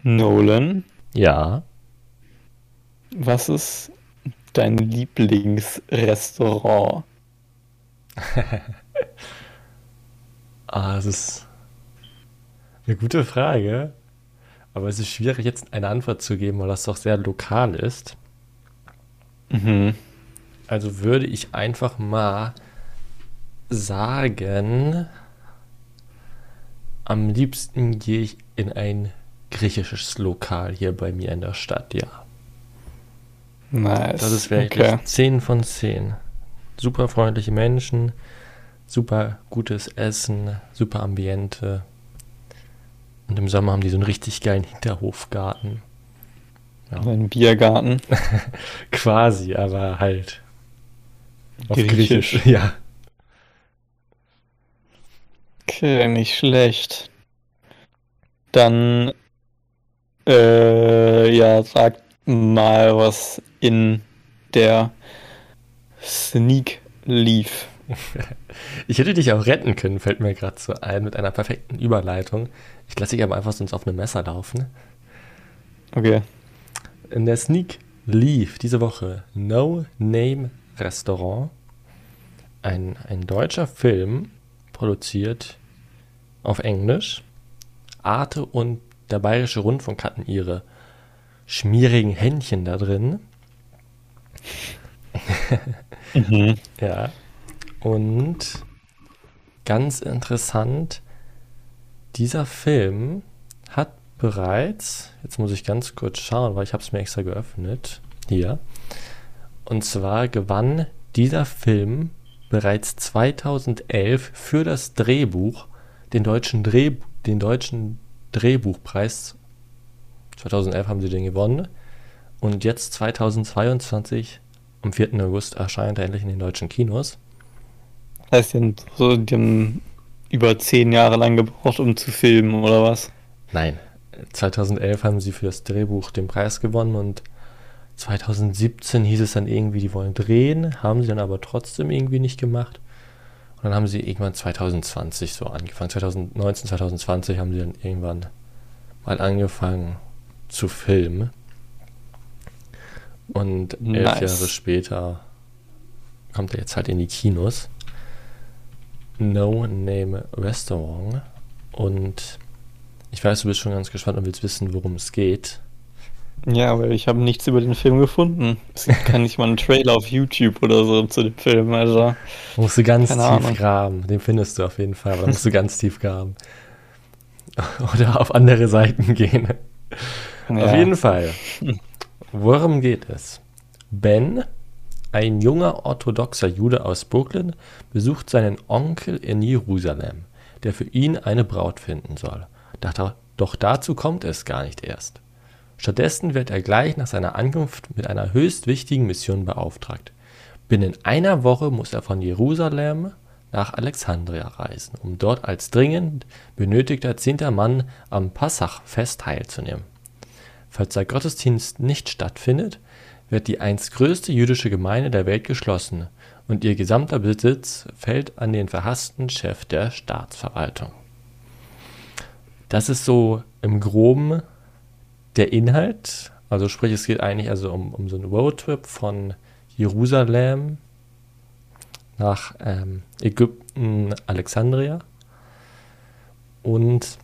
Nolan, Ja. was ist dein Lieblingsrestaurant? Das ist eine gute Frage, aber es ist schwierig, jetzt eine Antwort zu geben, weil das doch sehr lokal ist. Mhm. Also würde ich einfach mal sagen, am liebsten gehe ich in ein griechisches Lokal hier bei mir in der Stadt, ja. Das Nice. ist wirklich Okay. 10 von 10. Super freundliche Menschen, super gutes Essen, super Ambiente. Und im Sommer haben die so einen richtig geilen Hinterhofgarten. Ja, Ein Biergarten. quasi, aber halt auf Griechisch. Griechisch. Ja. Okay, nicht schlecht. Dann, ja, sag mal, was in der Sneak lief. Ich hätte dich auch retten können, fällt mir gerade so ein, mit einer perfekten Überleitung. Ich lasse dich aber einfach sonst auf einem Messer laufen. Okay. In der Sneak lief diese Woche No Name Restaurant, ein deutscher Film, produziert auf Englisch. Arte und der Bayerische Rundfunk hatten ihre schmierigen Händchen da drin. Mhm. Ja. Und ganz interessant, dieser Film hat bereits, jetzt muss ich ganz kurz schauen, weil ich habe es mir extra geöffnet, hier. Und zwar gewann dieser Film bereits 2011 für das Drehbuch den deutschen Drehbuchpreis. 2011 haben sie den gewonnen. Und jetzt 2022, am 4. August, erscheint er endlich in den deutschen Kinos. Das heißt, die haben über 10 Jahre lang gebraucht, um zu filmen, oder was? Nein, 2011 haben sie für das Drehbuch den Preis gewonnen und 2017 hieß es dann irgendwie, die wollen drehen, haben sie dann aber trotzdem irgendwie nicht gemacht. Und dann haben sie irgendwann 2020 so angefangen. 2019, 2020 haben sie dann irgendwann mal angefangen zu filmen. Und 11 Jahre Nice. später kommt er jetzt halt in die Kinos. No Name Restaurant. Und ich weiß, du bist schon ganz gespannt und willst wissen, worum es geht. Ja, aber ich habe nichts über den Film gefunden. Es gibt gar nicht mal einen Trailer auf YouTube oder so zu dem Film, also Da musst du ganz keine tief Ahnung. graben. Den findest du auf jeden Fall, aber da musst du ganz tief graben. Oder auf andere Seiten gehen. Auf Ja. jeden Fall. Worum geht es? Ben, ein junger orthodoxer Jude aus Brooklyn, besucht seinen Onkel in Jerusalem, der für ihn eine Braut finden soll. Doch dazu kommt es gar nicht erst. Stattdessen wird er gleich nach seiner Ankunft mit einer höchst wichtigen Mission beauftragt. Binnen einer Woche muss er von Jerusalem nach Alexandria reisen, um dort als dringend benötigter 10. Mann am Passachfest teilzunehmen. Falls der Gottesdienst nicht stattfindet, wird die einst größte jüdische Gemeinde der Welt geschlossen und ihr gesamter Besitz fällt an den verhassten Chef der Staatsverwaltung. Das ist so im Groben der Inhalt. Also sprich, es geht eigentlich also um so einen Roadtrip von Jerusalem nach Ägypten, Alexandria. Und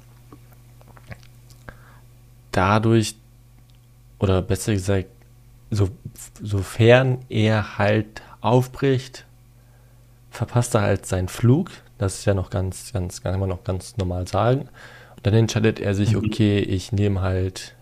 dadurch, oder besser gesagt, sofern er halt aufbricht, verpasst er halt seinen Flug. Das ist ja noch kann man noch ganz normal sagen. Und dann entscheidet er sich, Mhm. okay, ich nehme halt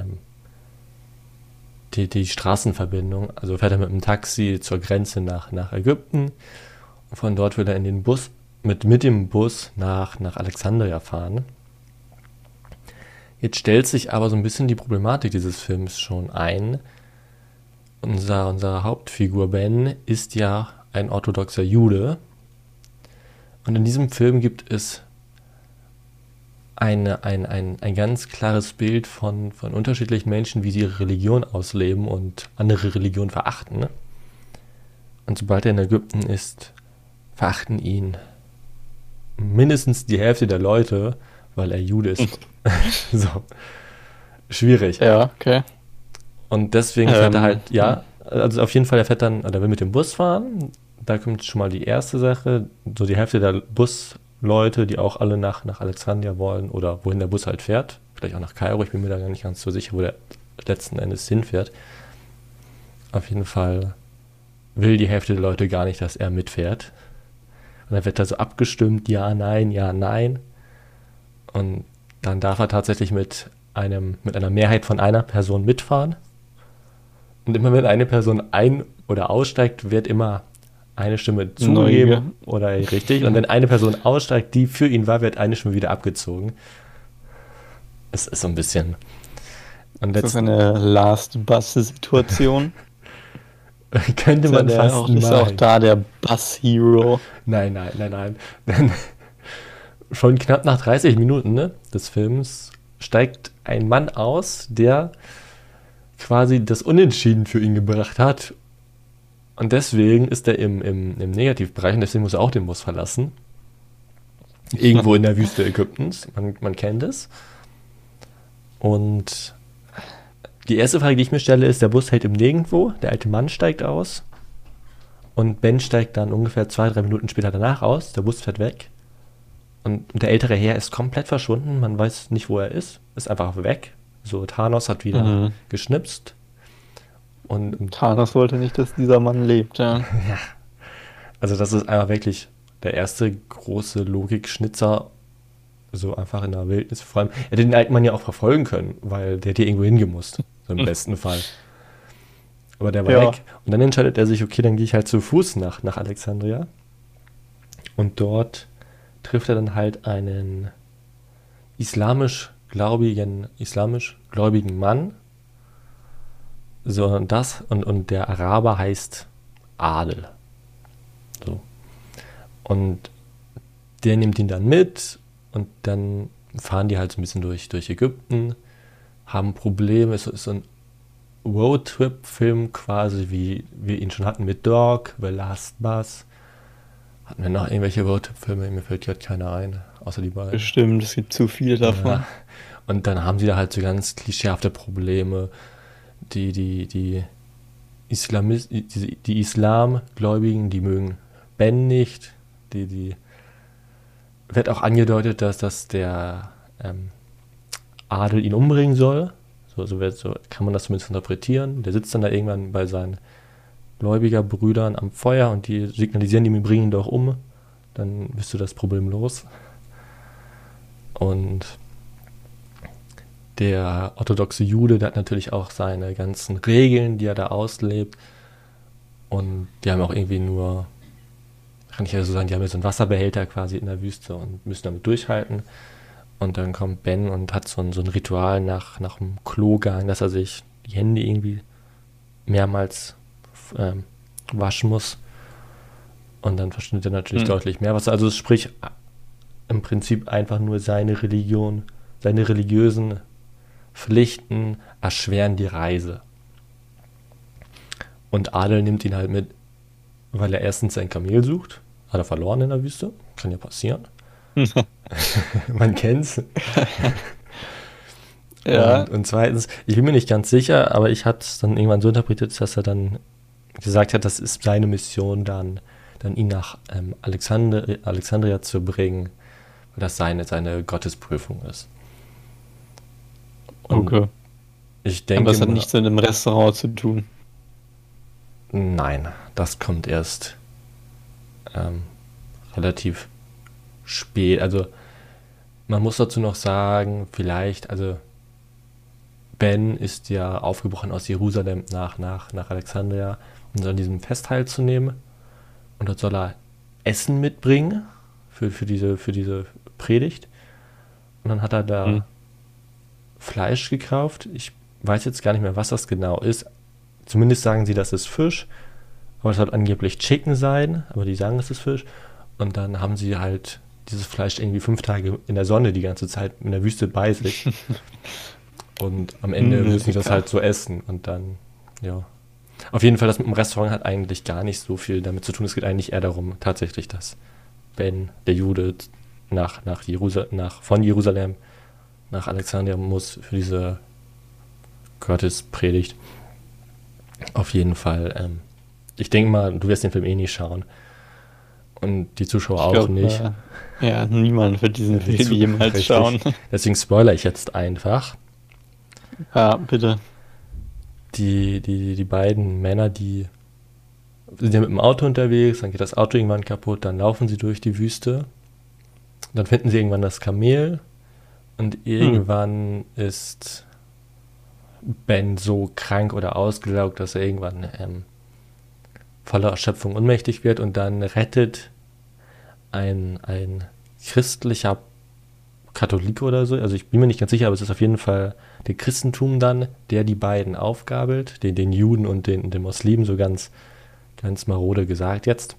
die Straßenverbindung. Also fährt er mit dem Taxi zur Grenze nach Ägypten. Und von dort will er in den Bus, mit dem Bus nach Alexandria fahren. Jetzt stellt sich aber so ein bisschen die Problematik dieses Films schon ein. Unsere Hauptfigur Ben ist ja ein orthodoxer Jude. Und in diesem Film gibt es ein ganz klares Bild von unterschiedlichen Menschen, wie sie ihre Religion ausleben und andere Religionen verachten. Und sobald er in Ägypten ist, verachten ihn mindestens die Hälfte der Leute, weil er Jude ist. So. schwierig. Ja, okay. Und deswegen fährt er halt, also auf jeden Fall, er fährt dann, oder will mit dem Bus fahren. Da kommt schon mal die erste Sache. So die Hälfte der Busleute, die auch alle nach Alexandria wollen oder wohin der Bus halt fährt. Vielleicht auch nach Kairo, ich bin mir da gar nicht ganz so sicher, wo der letzten Endes hinfährt. Auf jeden Fall will die Hälfte der Leute gar nicht, dass er mitfährt. Und dann wird da so abgestimmt, ja, nein, ja, nein. Und dann darf er tatsächlich mit einer Mehrheit von einer Person mitfahren. Und immer wenn eine Person ein- oder aussteigt, wird immer eine Stimme zugegeben oder richtig. Und wenn eine Person aussteigt, die für ihn war, wird eine Stimme wieder abgezogen. Es ist so ein bisschen... Und Das ist eine Last-Bus-Situation. könnte man fast auch, ist auch da der Bus-Hero. Nein. Denn schon knapp nach 30 Minuten des Films steigt ein Mann aus, der quasi das Unentschieden für ihn gebracht hat. Und deswegen ist er im Negativbereich und deswegen muss er auch den Bus verlassen. Irgendwo in der Wüste Ägyptens. Man kennt es. Und die erste Frage, die ich mir stelle, ist, der Bus hält im Nirgendwo. Der alte Mann steigt aus. Und Ben steigt dann ungefähr 2-3 Minuten später danach aus. Der Bus fährt weg. Und der ältere Herr ist komplett verschwunden. Man weiß nicht, wo er ist. Ist einfach weg. So, Thanos hat wieder geschnipst. Und Thanos wollte nicht, dass dieser Mann lebt, ja. ja. Also das ist einfach wirklich der erste große Logikschnitzer, so einfach in der Wildnis. Vor allem, er hätte den alten Mann ja auch verfolgen können, weil der hätte irgendwo hingemusst, so im besten Fall. Aber der war weg. Und dann entscheidet er sich, okay, dann gehe ich halt zu Fuß nach Alexandria. Und dort trifft er dann halt einen islamisch gläubigen Mann. So, und der Araber heißt Adel. So. Und der nimmt ihn dann mit und dann fahren die halt so ein bisschen durch Ägypten, haben Probleme, es ist so ein Roadtrip-Film quasi, wie wir ihn schon hatten mit Dog, The Last Bus. Hatten wir noch irgendwelche Roadtrip-Filme? Mir fällt gerade keiner ein, außer die beiden. Bestimmt, es gibt zu viele davon. Ja. Und dann haben sie da halt so ganz klischeehafte Probleme. Die Islamgläubigen, die mögen Ben nicht. Die wird auch angedeutet, dass der Adel ihn umbringen soll. So kann man das zumindest interpretieren. Der sitzt dann da irgendwann bei seinen Gläubigerbrüdern am Feuer und die signalisieren ihm, wir bringen ihn doch um. Dann bist du das Problem los. Und der orthodoxe Jude, der hat natürlich auch seine ganzen Regeln, die er da auslebt. Und die haben auch irgendwie nur, kann ich ja so sagen, die haben ja so einen Wasserbehälter quasi in der Wüste und müssen damit durchhalten. Und dann kommt Ben und hat so ein Ritual nach dem Klogang, dass er sich die Hände irgendwie mehrmals waschen muss. Und dann verschwindet er natürlich deutlich mehr Wasser. Also sprich im Prinzip einfach nur seine Religion, seine religiösen Pflichten erschweren die Reise. Und Adel nimmt ihn halt mit, weil er erstens sein Kamel sucht. Hat er verloren in der Wüste. Kann ja passieren. Man kennt's. Ja. Und zweitens, ich bin mir nicht ganz sicher, aber ich hatte es dann irgendwann so interpretiert, dass er dann gesagt hat, das ist seine Mission, dann ihn nach Alexandria zu bringen, weil das seine Gottesprüfung ist. Und okay. Ich denke, aber das hat nichts mit dem Restaurant zu tun. Nein, das kommt erst relativ spät. Also man muss dazu noch sagen, vielleicht, also Ben ist ja aufgebrochen aus Jerusalem nach Alexandria, um an diesem Fest teilzunehmen. Und dort soll er Essen mitbringen für diese Predigt. Und dann hat er da Fleisch gekauft. Ich weiß jetzt gar nicht mehr, was das genau ist. Zumindest sagen sie, das ist Fisch. Aber es soll angeblich Chicken sein. Aber die sagen, es ist Fisch. Und dann haben sie halt dieses Fleisch irgendwie 5 Tage in der Sonne die ganze Zeit in der Wüste bei sich. Und am Ende müssen sie das halt so essen. Und dann, ja. Auf jeden Fall, das mit dem Restaurant hat eigentlich gar nicht so viel damit zu tun. Es geht eigentlich eher darum, tatsächlich, dass Ben, der Jude, von Jerusalem nach Alexandria muss für diese Curtis predigt. Auf jeden Fall. Ich denke mal, du wirst den Film eh nicht schauen. Und die Zuschauer auch glaub, nicht. Ja, niemand wird diesen Film jemals Richtig. schauen. Deswegen spoilere ich jetzt einfach. Ja, bitte. Die beiden Männer, die sind ja mit dem Auto unterwegs, dann geht das Auto irgendwann kaputt, dann laufen sie durch die Wüste, dann finden sie irgendwann das Kamel und irgendwann ist Ben so krank oder ausgelaugt, dass er irgendwann voller Erschöpfung ohnmächtig wird und dann rettet ein christlicher Katholik oder so, also ich bin mir nicht ganz sicher, aber es ist auf jeden Fall der Christentum dann, der die beiden aufgabelt, den Juden und den Muslimen, so ganz marode gesagt jetzt.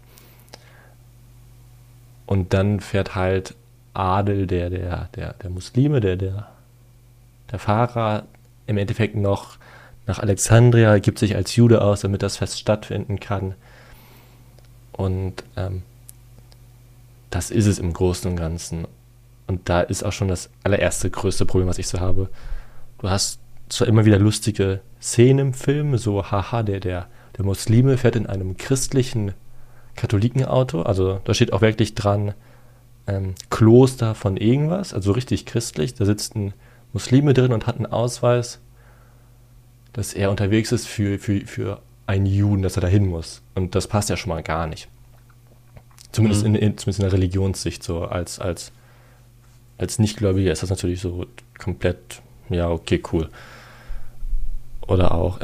Und dann fährt halt Adel, der Muslime, der Fahrer, im Endeffekt noch nach Alexandria, gibt sich als Jude aus, damit das Fest stattfinden kann. Und das ist es im Großen und Ganzen. Und da ist auch schon das allererste größte Problem, was ich so habe. Du hast zwar immer wieder lustige Szenen im Film, so haha, der Muslime fährt in einem christlichen Katholikenauto, also da steht auch wirklich dran, Kloster von irgendwas, also richtig christlich, da sitzt ein Muslime drin und hat einen Ausweis, dass er unterwegs ist für einen Juden, dass er dahin muss. Und das passt ja schon mal gar nicht. Zumindest zumindest in der Religionssicht, so als Nichtgläubiger ist das natürlich so komplett, ja, okay, cool. Oder auch,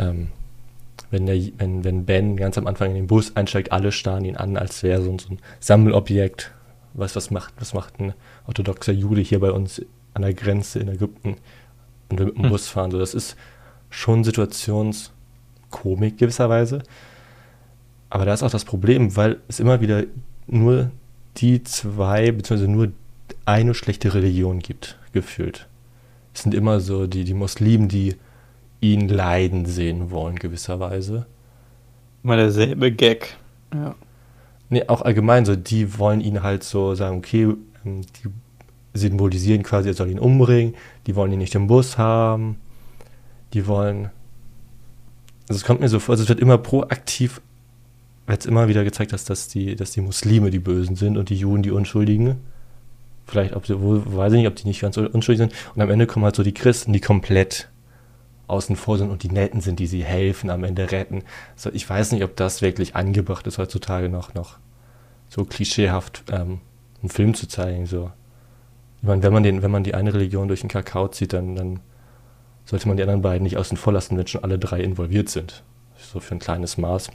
wenn Ben ganz am Anfang in den Bus einsteigt, alle starren ihn an, als wäre so ein Sammelobjekt. Was macht ein orthodoxer Jude hier bei uns an der Grenze in Ägypten und wir mit dem Bus fahren? So, das ist schon Situationskomik gewisserweise. Aber da ist auch das Problem, weil es immer wieder nur die zwei, beziehungsweise nur eine schlechte Religion gibt, gefühlt. Es sind immer so die Muslimen, die ihn leiden sehen wollen, gewisserweise. Immer derselbe Gag. Ja. Nee, auch allgemein so, die wollen ihn halt so sagen, okay, die symbolisieren quasi, er soll ihn umbringen, die wollen ihn nicht im Bus haben, die wollen, also es kommt mir so vor, also es wird immer proaktiv, wird es immer wieder gezeigt, dass die Muslime die Bösen sind und die Juden die Unschuldigen. Vielleicht, weiß ich nicht, ob die nicht ganz unschuldig sind. Und am Ende kommen halt so die Christen, die komplett außen vor sind und die Netten sind, die sie helfen, am Ende retten. Also ich weiß nicht, ob das wirklich angebracht ist, heutzutage noch so klischeehaft einen Film zu zeigen. So. Ich meine, wenn man die eine Religion durch den Kakao zieht, dann sollte man die anderen beiden nicht außen vor lassen, wenn schon alle drei involviert sind. So für ein kleines Maß.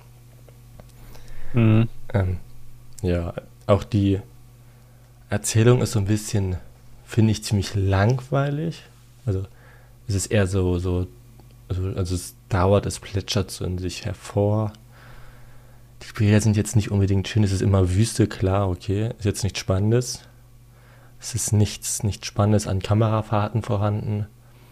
Ja, auch die Erzählung ist so ein bisschen, finde ich, ziemlich langweilig. Also es ist eher so also es dauert, es plätschert so in sich hervor. Die Bilder sind jetzt nicht unbedingt schön, es ist immer Wüste, klar, okay, ist jetzt nichts Spannendes. Es ist nichts Spannendes an Kamerafahrten vorhanden.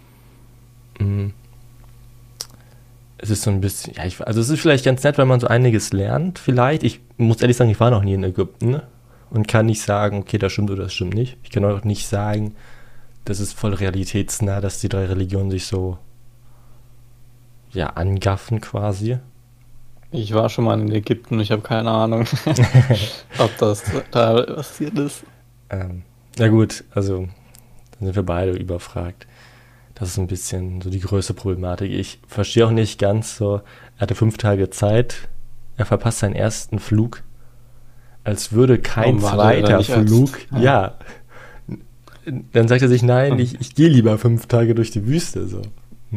Es ist so ein bisschen, ja, also es ist vielleicht ganz nett, wenn man so einiges lernt, vielleicht. Ich muss ehrlich sagen, ich war noch nie in Ägypten und kann nicht sagen, okay, das stimmt oder das stimmt nicht. Ich kann auch nicht sagen, das ist voll realitätsnah, dass die drei Religionen sich so, ja, angaffen quasi. Ich war schon mal in Ägypten, ich habe keine Ahnung, ob das da passiert ist. Na gut, also dann sind wir beide überfragt. Das ist ein bisschen so die größte Problematik. Ich verstehe auch nicht ganz so, er hatte 5 Tage Zeit, er verpasst seinen ersten Flug, als würde kein zweiter Flug, ja. Dann sagt er sich, nein, ich gehe lieber 5 Tage durch die Wüste. So.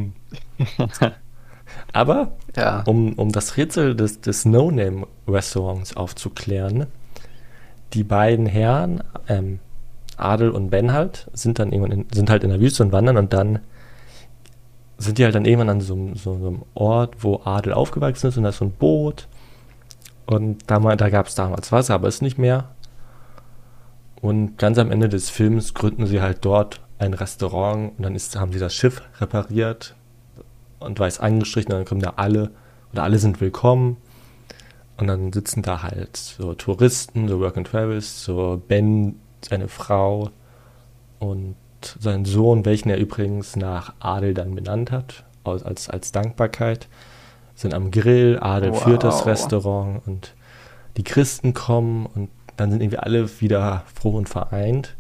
Aber, ja, um das Rätsel des No-Name-Restaurants aufzuklären, die beiden Herren, Adel und Ben halt, sind halt in der Wüste und wandern und dann sind die halt dann irgendwann an so einem Ort, wo Adel aufgewachsen ist und da ist so ein Boot und da gab es damals Wasser, aber ist nicht mehr. Und ganz am Ende des Films gründen sie halt dort ein Restaurant und dann haben sie das Schiff repariert und weiß angestrichen und dann kommen da alle sind willkommen und dann sitzen da halt so Touristen, so Work and Travels, so Ben, seine Frau und sein Sohn, welchen er übrigens nach Adel dann benannt hat. als Dankbarkeit. Sind am Grill, Adel führt das Restaurant und die Christen kommen und dann sind irgendwie alle wieder froh und vereint.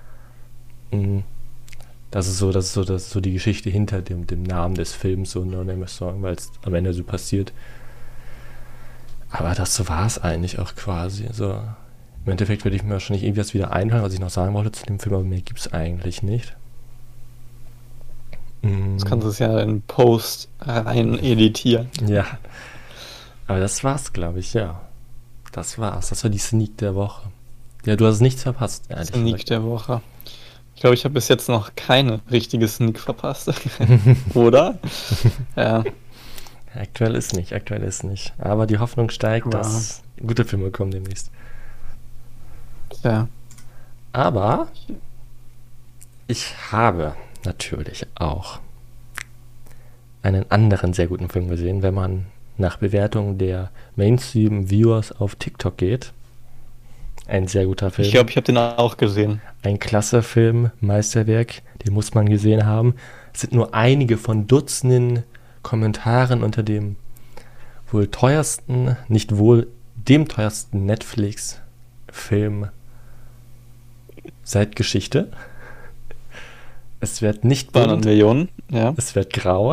Das ist so die Geschichte hinter dem Namen des Films, so No Name is Song, weil es am Ende so passiert. Aber das war es eigentlich auch quasi. Also, im Endeffekt würde ich mir wahrscheinlich irgendwas wieder einfallen, was ich noch sagen wollte zu dem Film, aber mehr gibt es eigentlich nicht. Das kannst du es ja in Post rein editieren. Ja. Aber das war's, glaube ich, ja. Das war's. Das war die Sneak der Woche. Ja, du hast nichts verpasst, ehrlich Sneak gesagt. der Woche. Ich glaube, ich habe bis jetzt noch keine richtige Sneak verpasst. Oder? Ja. Aktuell ist nicht. Aber die Hoffnung steigt, Ja. dass gute Filme kommen demnächst. Ja. Aber ich habe natürlich auch einen anderen sehr guten Film gesehen, wenn man nach Bewertung der Mainstream-Viewers auf TikTok geht. Ein sehr guter Film. Ich glaube, ich habe den auch gesehen. Ein klasse Film, Meisterwerk, den muss man gesehen haben. Es sind nur einige von Dutzenden Kommentaren unter dem wohl teuersten, nicht wohl dem teuersten Netflix-Film seit Geschichte. Es wird nicht 200 Millionen, ja. es wird grau.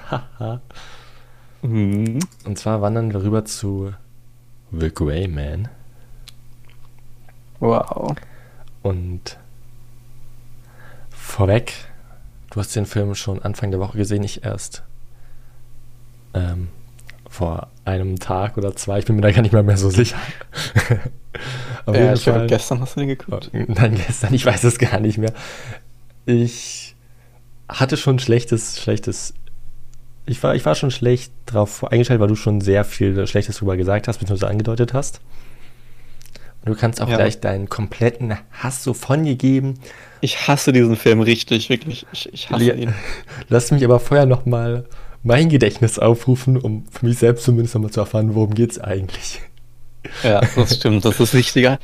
Mhm. Und zwar wandern wir rüber zu The Gray Man. Wow. Und vorweg, du hast den Film schon Anfang der Woche gesehen, ich erst vor einem Tag oder zwei, ich bin mir da gar nicht mehr so sicher. Auf jeden Ich glaube, Fall, gestern hast du den geguckt. nein, gestern, ich weiß es gar nicht mehr. Ich hatte schon ich war schon schlecht drauf eingestellt, weil du schon sehr viel Schlechtes drüber gesagt hast, beziehungsweise angedeutet hast. Und du kannst auch gleich deinen kompletten Hass so von dir geben. Ich hasse diesen Film richtig, wirklich. Ich hasse ihn. Lass mich aber vorher nochmal mein Gedächtnis aufrufen, um für mich selbst zumindest nochmal zu erfahren, worum geht's eigentlich. Ja, das stimmt, das ist wichtiger.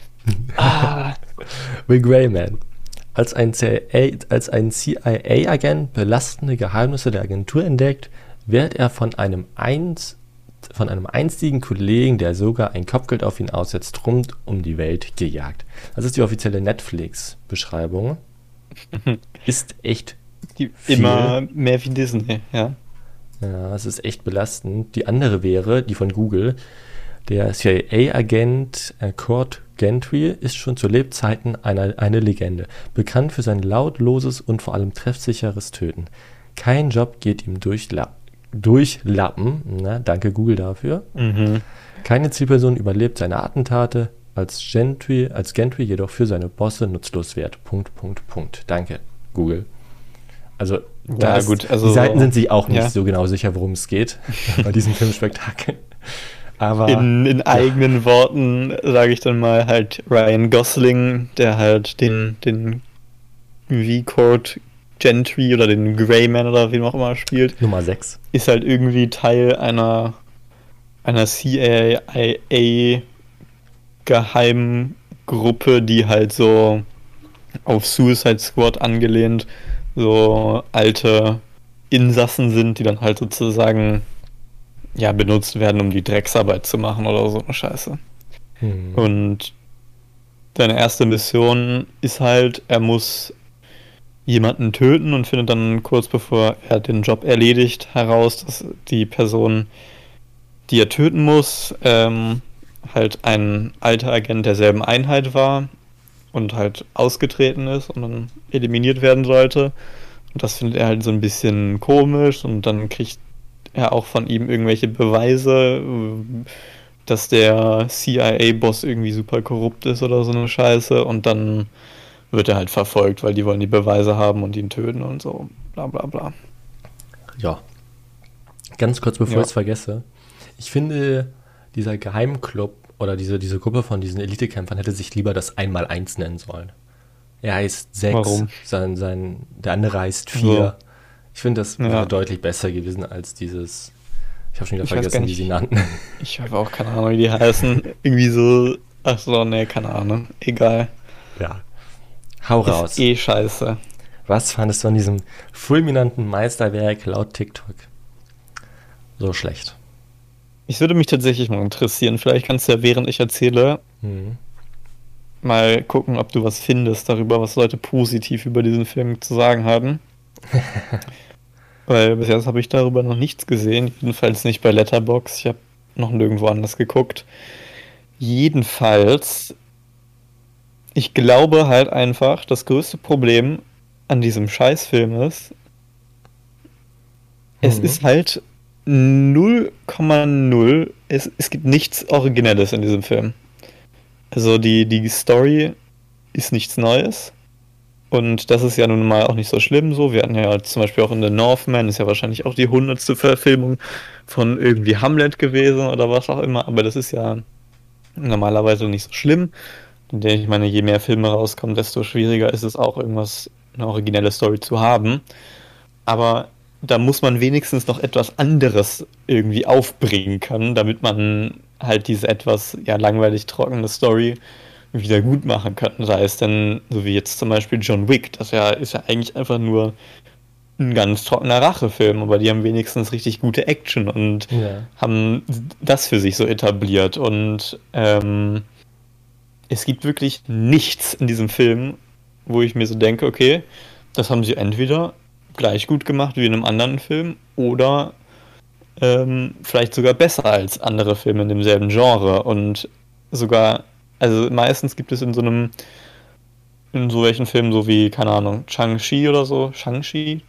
The Gray Man. Als ein CIA-Agent belastende Geheimnisse der Agentur entdeckt, wird er von einem einstigen Kollegen, der sogar ein Kopfgeld auf ihn aussetzt, rund um die Welt gejagt. Das ist die offizielle Netflix-Beschreibung. Ist echt viel. Immer mehr wie Disney, ja. Ja, es ist echt belastend. Die andere wäre, die von Google, der CIA-Agent Cord Gentry ist schon zu Lebzeiten eine Legende, bekannt für sein lautloses und vor allem treffsicheres Töten. Kein Job geht ihm durch Lappen, na, danke Google dafür. Mhm. Keine Zielperson überlebt seine Attentate, als Gentry jedoch für seine Bosse nutzlos wird. Danke Google. Also, die Seiten sind sich auch nicht so genau sicher, worum es geht bei diesem Filmspektakel. Aber in eigenen Worten sage ich dann mal halt Ryan Gosling, der halt den V-Cord Gentry oder den Gray Man oder wie auch immer spielt. Nummer 6. Ist halt irgendwie Teil einer CIA-Geheimgruppe, die halt so auf Suicide Squad angelehnt so alte Insassen sind, die dann halt sozusagen benutzt werden, um die Drecksarbeit zu machen oder so eine Scheiße. Und seine erste Mission ist halt, er muss jemanden töten und findet dann kurz bevor er den Job erledigt heraus, dass die Person, die er töten muss, halt ein alter Agent derselben Einheit war und halt ausgetreten ist und dann eliminiert werden sollte. Und das findet er halt so ein bisschen komisch und dann kriegt er auch von ihm irgendwelche Beweise, dass der CIA-Boss irgendwie super korrupt ist oder so eine Scheiße und dann wird er halt verfolgt, weil die wollen die Beweise haben und ihn töten und so, bla bla bla. Ja. Ganz kurz, bevor ich es vergesse. Ich finde, dieser Geheimclub oder diese Gruppe von diesen Elitekämpfern hätte sich lieber das 1x1 nennen sollen. Er heißt 6, Warum? Der andere heißt 4. So. Ich finde, das wäre deutlich besser gewesen als dieses. Ich habe schon wieder vergessen, wie sie nannten. Ich habe auch keine Ahnung, wie die heißen. Irgendwie so. Achso, nee, keine Ahnung. Egal. Ja. Hau raus. Ist scheiße. Was fandest du an diesem fulminanten Meisterwerk laut TikTok? so schlecht? Ich würde mich tatsächlich mal interessieren. Vielleicht kannst du ja, während ich erzähle, mal gucken, ob du was findest darüber, was Leute positiv über diesen Film zu sagen haben. Weil bis jetzt habe ich darüber noch nichts gesehen. Jedenfalls nicht bei Letterboxd. Ich habe noch nirgendwo anders geguckt. Jedenfalls, ich glaube halt einfach, das größte Problem an diesem Scheißfilm ist, es ist halt 0,0. Es gibt nichts Originelles in diesem Film. Also die Story ist nichts Neues. Und das ist ja nun mal auch nicht so schlimm so. Wir hatten ja zum Beispiel auch in The Northman, ist ja wahrscheinlich auch die 100. Verfilmung von irgendwie Hamlet gewesen oder was auch immer. Aber das ist ja normalerweise nicht so schlimm. Denn ich meine, je mehr Filme rauskommen, desto schwieriger ist es auch, eine originelle Story zu haben. Aber da muss man wenigstens noch etwas anderes irgendwie aufbringen können, damit man halt diese etwas langweilig trockene Story wieder gut machen kann. Sei es denn, so wie jetzt zum Beispiel John Wick, ist ja eigentlich einfach nur ein ganz trockener Rachefilm, aber die haben wenigstens richtig gute Action und haben das für sich so etabliert. Und es gibt wirklich nichts in diesem Film, wo ich mir so denke, okay, das haben sie entweder gleich gut gemacht wie in einem anderen Film oder vielleicht sogar besser als andere Filme in demselben Genre. Und sogar, also meistens gibt es in so welchen Filmen, so wie, keine Ahnung, Shang-Chi oder so, Shang-Chi,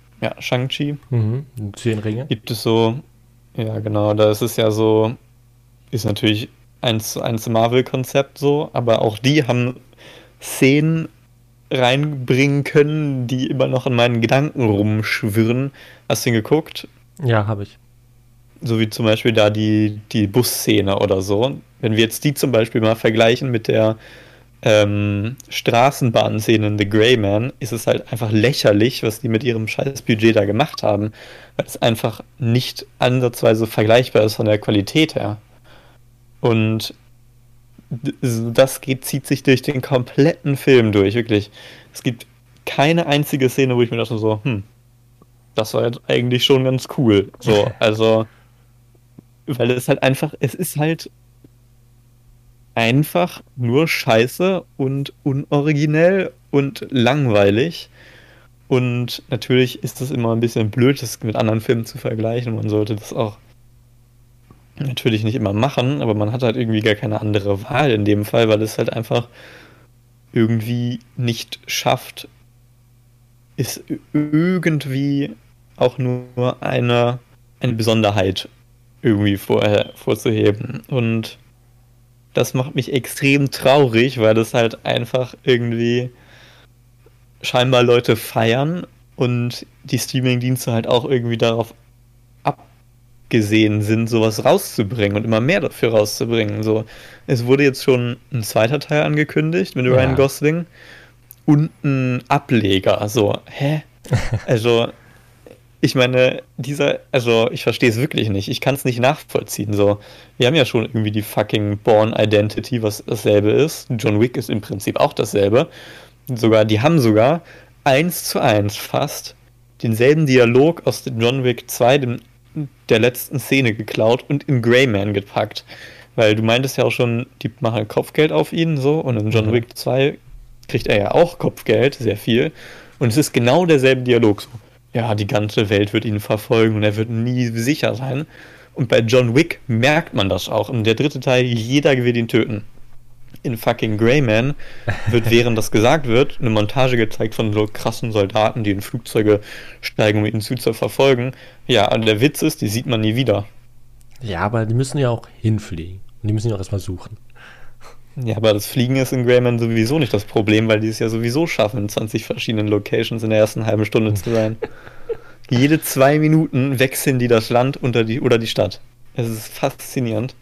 10 Ringe. Gibt es so, ja genau, da ist es ja so, ist natürlich 1:1 Marvel-Konzept so, aber auch die haben Szenen reinbringen können, die immer noch in meinen Gedanken rumschwirren. Hast du ihn geguckt? Ja, habe ich. So wie zum Beispiel da die Busszene oder so. Wenn wir jetzt die zum Beispiel mal vergleichen mit der Straßenbahnszene in The Gray Man, ist es halt einfach lächerlich, was die mit ihrem scheiß Budget da gemacht haben, weil es einfach nicht ansatzweise vergleichbar ist von der Qualität her. Und das zieht sich durch den kompletten Film durch, wirklich. Es gibt keine einzige Szene, wo ich mir dachte so, das war jetzt eigentlich schon ganz cool. So, also, weil es ist halt einfach nur scheiße und unoriginell und langweilig. Und natürlich ist es immer ein bisschen blöd, das mit anderen Filmen zu vergleichen. Man sollte das auch natürlich nicht immer machen, aber man hat halt irgendwie gar keine andere Wahl in dem Fall, weil es halt einfach irgendwie nicht schafft, ist irgendwie auch nur eine Besonderheit irgendwie vorzuheben. Und das macht mich extrem traurig, weil das halt einfach irgendwie scheinbar Leute feiern und die Streaming-Dienste halt auch irgendwie darauf abgesehen sind, sowas rauszubringen und immer mehr dafür rauszubringen. So, es wurde jetzt schon ein zweiter Teil angekündigt mit Ryan Gosling und ein Ableger. So, hä? Also, ich meine, ich verstehe es wirklich nicht. Ich kann es nicht nachvollziehen. So, wir haben ja schon irgendwie die fucking Bourne Identity, was dasselbe ist. John Wick ist im Prinzip auch dasselbe. Die haben sogar 1:1 fast denselben Dialog aus John Wick 2, der letzten Szene, geklaut und in Gray Man gepackt. Weil du meintest ja auch schon, die machen Kopfgeld auf ihn so und in John Wick 2 kriegt er ja auch Kopfgeld, sehr viel. Und es ist genau derselbe Dialog so. Ja, die ganze Welt wird ihn verfolgen und er wird nie sicher sein. Und bei John Wick merkt man das auch. Und der dritte Teil, jeder will ihn töten. In fucking Gray Man wird, während das gesagt wird, eine Montage gezeigt von so krassen Soldaten, die in Flugzeuge steigen, um ihn zu verfolgen. Ja, und der Witz ist, die sieht man nie wieder. Ja, aber die müssen ja auch hinfliegen. Und die müssen ja auch erstmal suchen. Ja, aber das Fliegen ist in Gray Man sowieso nicht das Problem, weil die es ja sowieso schaffen, in 20 verschiedenen Locations in der ersten halben Stunde zu sein. Jede 2 Minuten wechseln die das Land oder die Stadt. Es ist faszinierend.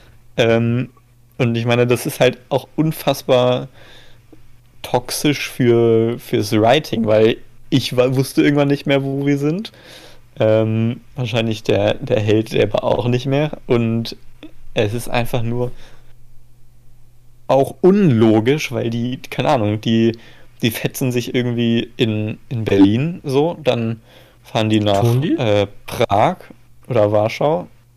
Und ich meine, das ist halt auch unfassbar toxisch fürs Writing, weil ich wusste irgendwann nicht mehr, wo wir sind. Wahrscheinlich der Held selber auch nicht mehr. Und es ist einfach nur auch unlogisch, weil keine Ahnung, die fetzen sich irgendwie in Berlin so, dann fahren die nach Prag oder Warschau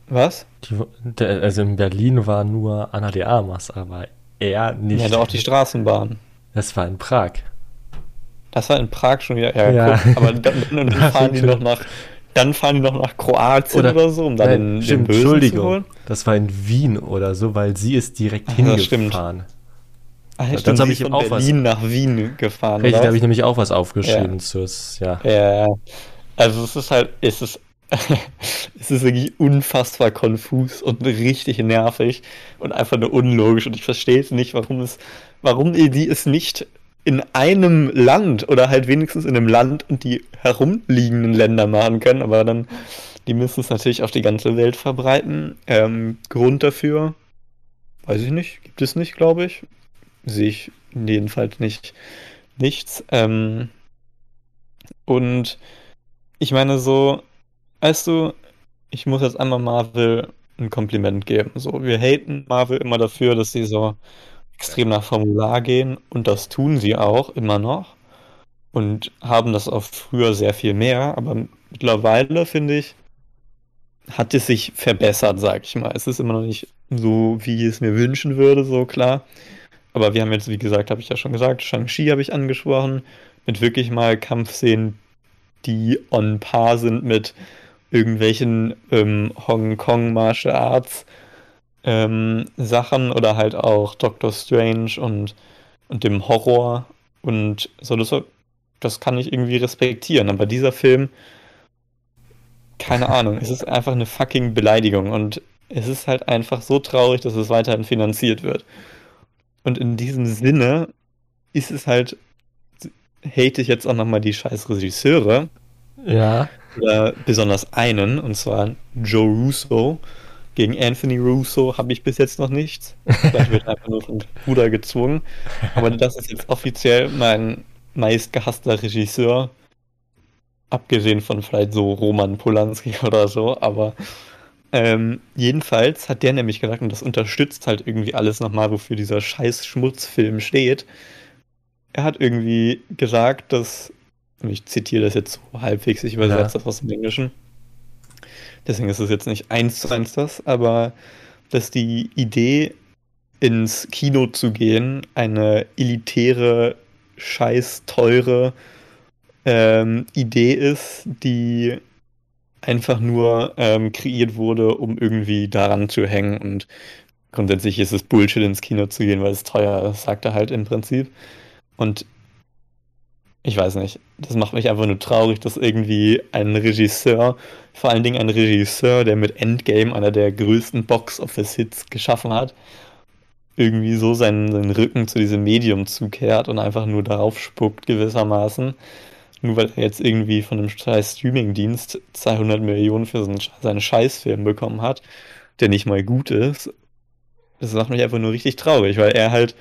Was? Also in Berlin war nur Ana de Armas, aber er Ja, nicht. da auch die Straßenbahn. Das war in Prag. Das war in Prag schon wieder. Ja, Ja, guck, aber dann da fahren fängt die schon. noch nach, dann fahren die noch nach Kroatien Oder, oder so, um da nein, den stimmt, Bösen zu Entschuldigung. holen. Das war in Wien oder so, weil sie ist direkt Ach, das stimmt. hingefahren. Ach ja, Dazu stimmt, habe sie ich ist eben von auch was. Berlin nach Wien gefahren, Richtig, oder da habe ich was? nämlich auch was Ja, aufgeschrieben. Zus, ja. ja, ja. Also es ist wirklich unfassbar konfus und richtig nervig und einfach nur unlogisch und ich verstehe es nicht, warum die es nicht in einem Land oder halt wenigstens in einem Land und die herumliegenden Länder machen können, aber dann, die müssen es natürlich auf die ganze Welt verbreiten. Grund dafür, weiß ich nicht, gibt es nicht, glaube ich. Sehe ich jedenfalls nichts. Und ich meine so, weißt du, ich muss jetzt einmal Marvel ein Kompliment geben. So, wir haten Marvel immer dafür, dass sie so extrem nach Formular gehen und das tun sie auch immer noch und haben das auch früher sehr viel mehr, aber mittlerweile finde ich, hat es sich verbessert, sag ich mal. Es ist immer noch nicht so, wie ich es mir wünschen würde, so klar. Aber wir haben jetzt, wie gesagt, habe ich ja schon gesagt, Shang-Chi habe ich angesprochen, mit wirklich mal Kampfszenen, die on par sind mit irgendwelchen Hongkong Martial Arts Sachen oder halt auch Doctor Strange und dem Horror und so, das kann ich irgendwie respektieren. Aber dieser Film, keine Ahnung, es ist einfach eine fucking Beleidigung und es ist halt einfach so traurig, dass es weiterhin finanziert wird. Und in diesem Sinne ist es halt, hate ich jetzt auch nochmal die scheiß Regisseure, Ja. oder besonders einen, und zwar Joe Russo. Gegen Anthony Russo habe ich bis jetzt noch nichts. Vielleicht wird einfach nur vom Bruder gezwungen. Aber das ist jetzt offiziell mein meistgehasster Regisseur. Abgesehen von vielleicht so Roman Polanski oder so. Aber jedenfalls hat der nämlich gesagt, und das unterstützt halt irgendwie alles nochmal, wofür dieser scheiß Schmutzfilm steht. Er hat irgendwie gesagt, dass, und ich zitiere das jetzt so halbwegs, ich Ja. übersetze das aus dem Englischen. Deswegen ist es jetzt nicht eins zu eins das, aber dass die Idee, ins Kino zu gehen, eine elitäre, scheiß teure Idee ist, die einfach nur kreiert wurde, um irgendwie daran zu hängen. Und grundsätzlich ist es Bullshit, ins Kino zu gehen, weil es teuer ist, sagt er halt im Prinzip. Und ich weiß nicht, das macht mich einfach nur traurig, dass irgendwie ein Regisseur, vor allen Dingen ein Regisseur, der mit Endgame einer der größten Box-Office-Hits geschaffen hat, irgendwie so seinen Rücken zu diesem Medium zukehrt und einfach nur darauf spuckt gewissermaßen. Nur weil er jetzt irgendwie von einem scheiß Streaming-Dienst 200 Millionen für seinen Scheißfilm bekommen hat, der nicht mal gut ist. Das macht mich einfach nur richtig traurig, weil er halt,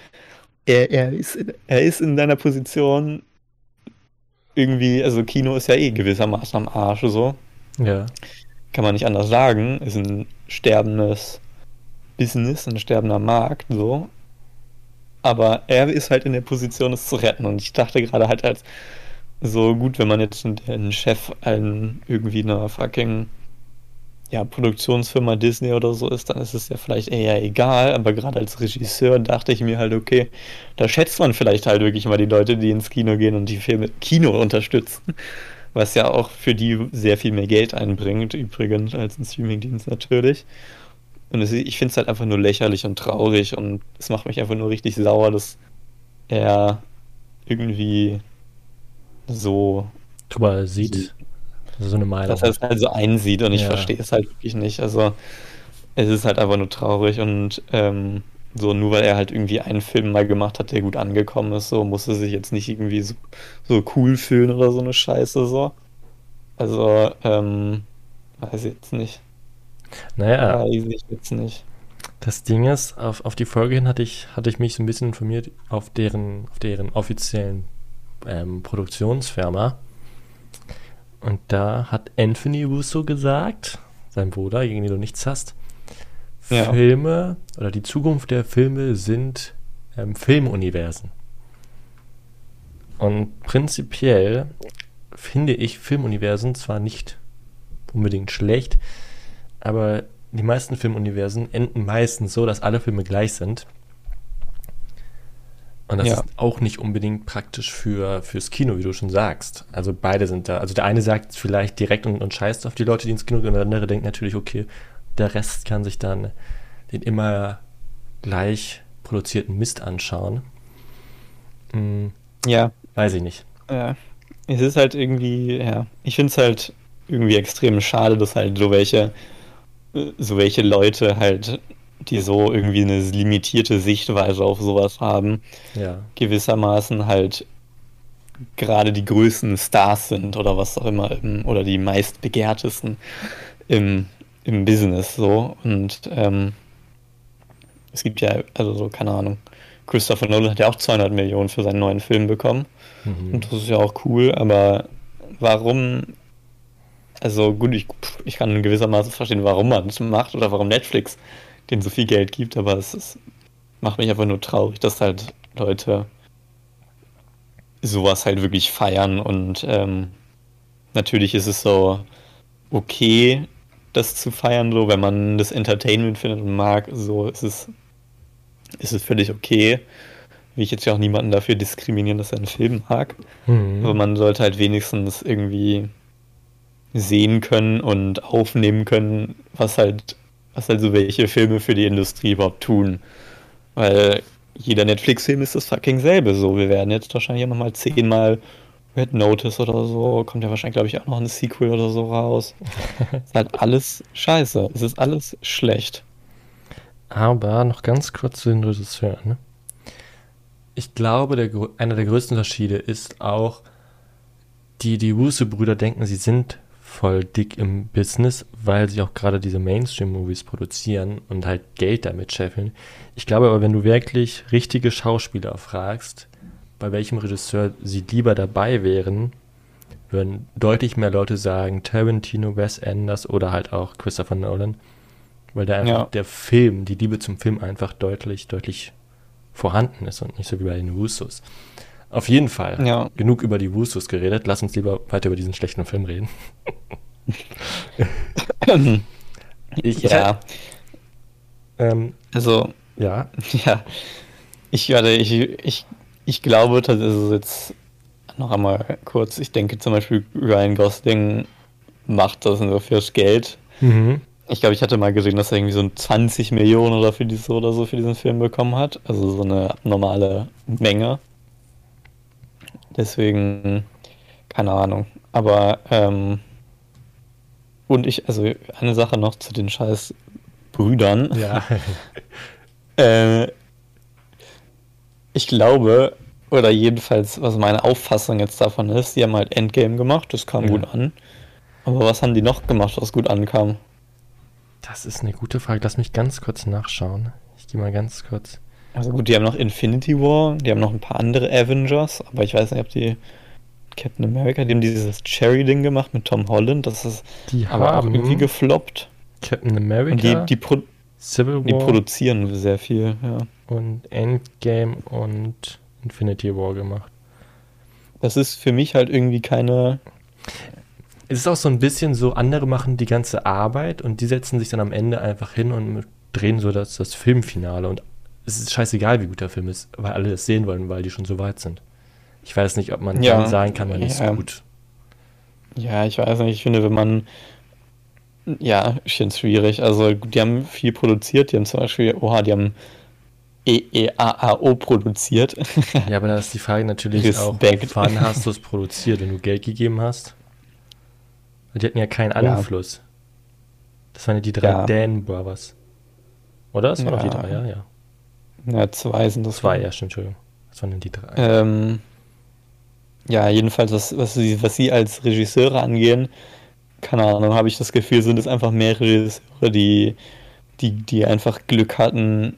er ist in seiner Position irgendwie, also Kino ist ja eh gewissermaßen am Arsch, so. Ja. Kann man nicht anders sagen. Ist ein sterbendes Business, ein sterbender Markt, so. Aber er ist halt in der Position, es zu retten. Und ich dachte gerade halt als so gut, wenn man jetzt einen Chef irgendwie einer fucking ja, Produktionsfirma Disney oder so ist, dann ist es ja vielleicht eher egal. Aber gerade als Regisseur dachte ich mir halt, okay, da schätzt man vielleicht halt wirklich mal die Leute, die ins Kino gehen und die Filme Kino unterstützen. Was ja auch für die sehr viel mehr Geld einbringt, übrigens, als ein Streamingdienst natürlich. Und ich finde es halt einfach nur lächerlich und traurig und es macht mich einfach nur richtig sauer, dass er irgendwie so, Drüber so sieht, dass er so eine Meinung dass er es hat. halt so einsieht und ich Ja. verstehe es halt wirklich nicht. Also es ist halt einfach nur traurig und so nur weil er halt irgendwie einen Film mal gemacht hat, der gut angekommen ist, so muss er sich jetzt nicht irgendwie so cool fühlen oder so eine Scheiße so. Also, weiß ich jetzt nicht. Naja, Weiß ich jetzt nicht. das Ding ist, auf die Folge hin hatte ich mich so ein bisschen informiert auf deren offiziellen Produktionsfirma. Und da hat Anthony Russo gesagt, sein Bruder, gegen den du nichts hast, Ja. Filme oder die Zukunft der Filme sind Filmuniversen. Und prinzipiell finde ich Filmuniversen zwar nicht unbedingt schlecht, aber die meisten Filmuniversen enden meistens so, dass alle Filme gleich sind. Und das Ja. ist auch nicht unbedingt praktisch fürs Kino, wie du schon sagst. Also beide sind da. Also der eine sagt vielleicht direkt und scheißt auf die Leute, die ins Kino gehen, und der andere denkt natürlich, okay, der Rest kann sich dann den immer gleich produzierten Mist anschauen. Ja, Weiß ich nicht. es ist halt irgendwie, ja, ich finde es halt irgendwie extrem schade, dass halt so welche Leute halt, die so irgendwie eine limitierte Sichtweise auf sowas haben, Ja. gewissermaßen halt gerade die größten Stars sind oder was auch immer, oder die meistbegehrtesten im Business so. Und es gibt ja, also so, keine Ahnung, Christopher Nolan hat ja auch 200 Millionen für seinen neuen Film bekommen. Und das ist ja auch cool, aber warum, also gut, ich kann gewissermaßen verstehen, warum man es macht oder warum Netflix denen so viel Geld gibt, aber macht mich einfach nur traurig, dass halt Leute sowas halt wirklich feiern und natürlich ist es so okay, das zu feiern, so, wenn man das Entertainment findet und mag, so ist es völlig okay. Will ich jetzt ja auch niemanden dafür diskriminieren, dass er einen Film mag. Aber man sollte halt wenigstens irgendwie sehen können und aufnehmen können, was halt so welche Filme für die Industrie überhaupt tun. Weil jeder Netflix-Film ist das fucking selbe so. Wir werden jetzt wahrscheinlich auch nochmal 10-mal Red Notice oder so, kommt ja wahrscheinlich, glaube ich, auch noch ein Sequel oder so raus. Ist halt alles scheiße. Es ist alles schlecht. Aber noch ganz kurz zu den Regisseuren. Ne? Ich glaube, einer der größten Unterschiede ist auch, die Russo-Brüder denken, sie sind voll dick im Business, weil sie auch gerade diese Mainstream-Movies produzieren und halt Geld damit scheffeln. Ich glaube aber, wenn du wirklich richtige Schauspieler fragst, bei welchem Regisseur sie lieber dabei wären, würden deutlich mehr Leute sagen Tarantino, Wes Anderson oder halt auch Christopher Nolan, weil da einfach die Liebe zum Film einfach deutlich, deutlich vorhanden ist und nicht so wie bei den Russos. Auf jeden Fall. Genug über die Russos geredet. Lass uns lieber weiter über diesen schlechten Film reden. Also, ja. Ja, ich glaube, das ist jetzt noch einmal kurz, ich denke zum Beispiel Ryan Gosling macht das nur fürs Geld. Ich glaube, ich hatte mal gesehen, dass er irgendwie so 20 Millionen oder für diesen Film bekommen hat. Also so eine abnormale Menge. Deswegen, keine Ahnung. Aber, also eine Sache noch zu den scheiß Brüdern. Ja. Ich glaube, oder jedenfalls, was meine Auffassung jetzt davon ist, die haben halt Endgame gemacht, das kam gut an. Aber was haben die noch gemacht, was gut ankam? Das ist eine gute Frage. Lass mich ganz kurz nachschauen. Ich gehe mal ganz kurz. Also gut, die haben noch Infinity War, die haben noch ein paar andere Avengers, aber ich weiß nicht, ob die Captain America, die haben dieses Cherry-Ding gemacht mit Tom Holland, das ist aber auch irgendwie gefloppt. Captain America, und Civil War, die produzieren sehr viel, ja. Und Endgame und Infinity War gemacht. Das ist für mich halt irgendwie keine... Es ist auch so ein bisschen so, andere machen die ganze Arbeit und die setzen sich dann am Ende einfach hin und drehen so das Filmfinale. Und es ist scheißegal, wie gut der Film ist, weil alle das sehen wollen, weil die schon so weit sind. Ich weiß nicht, ob man dann sagen kann, man ist gut. Ja, ich weiß nicht, ich finde, wenn man... Ja, ich finde es schwierig. Also, die haben viel produziert, die haben zum Beispiel... die haben EEAAO produziert. Ja, aber da ist die Frage natürlich Respekt. auch, wann hast du es produziert, wenn du Geld gegeben hast? Die hatten ja keinen Einfluss. Das waren ja die 3 Dänen Brothers. Oder? Das waren doch die 3, ja. Ja, 2 sind das. 2, ja, stimmt, Entschuldigung. Das waren denn die 3? Ja, jedenfalls, was sie als Regisseure angehen, keine Ahnung, habe ich das Gefühl, sind es einfach mehr Regisseure, die einfach Glück hatten,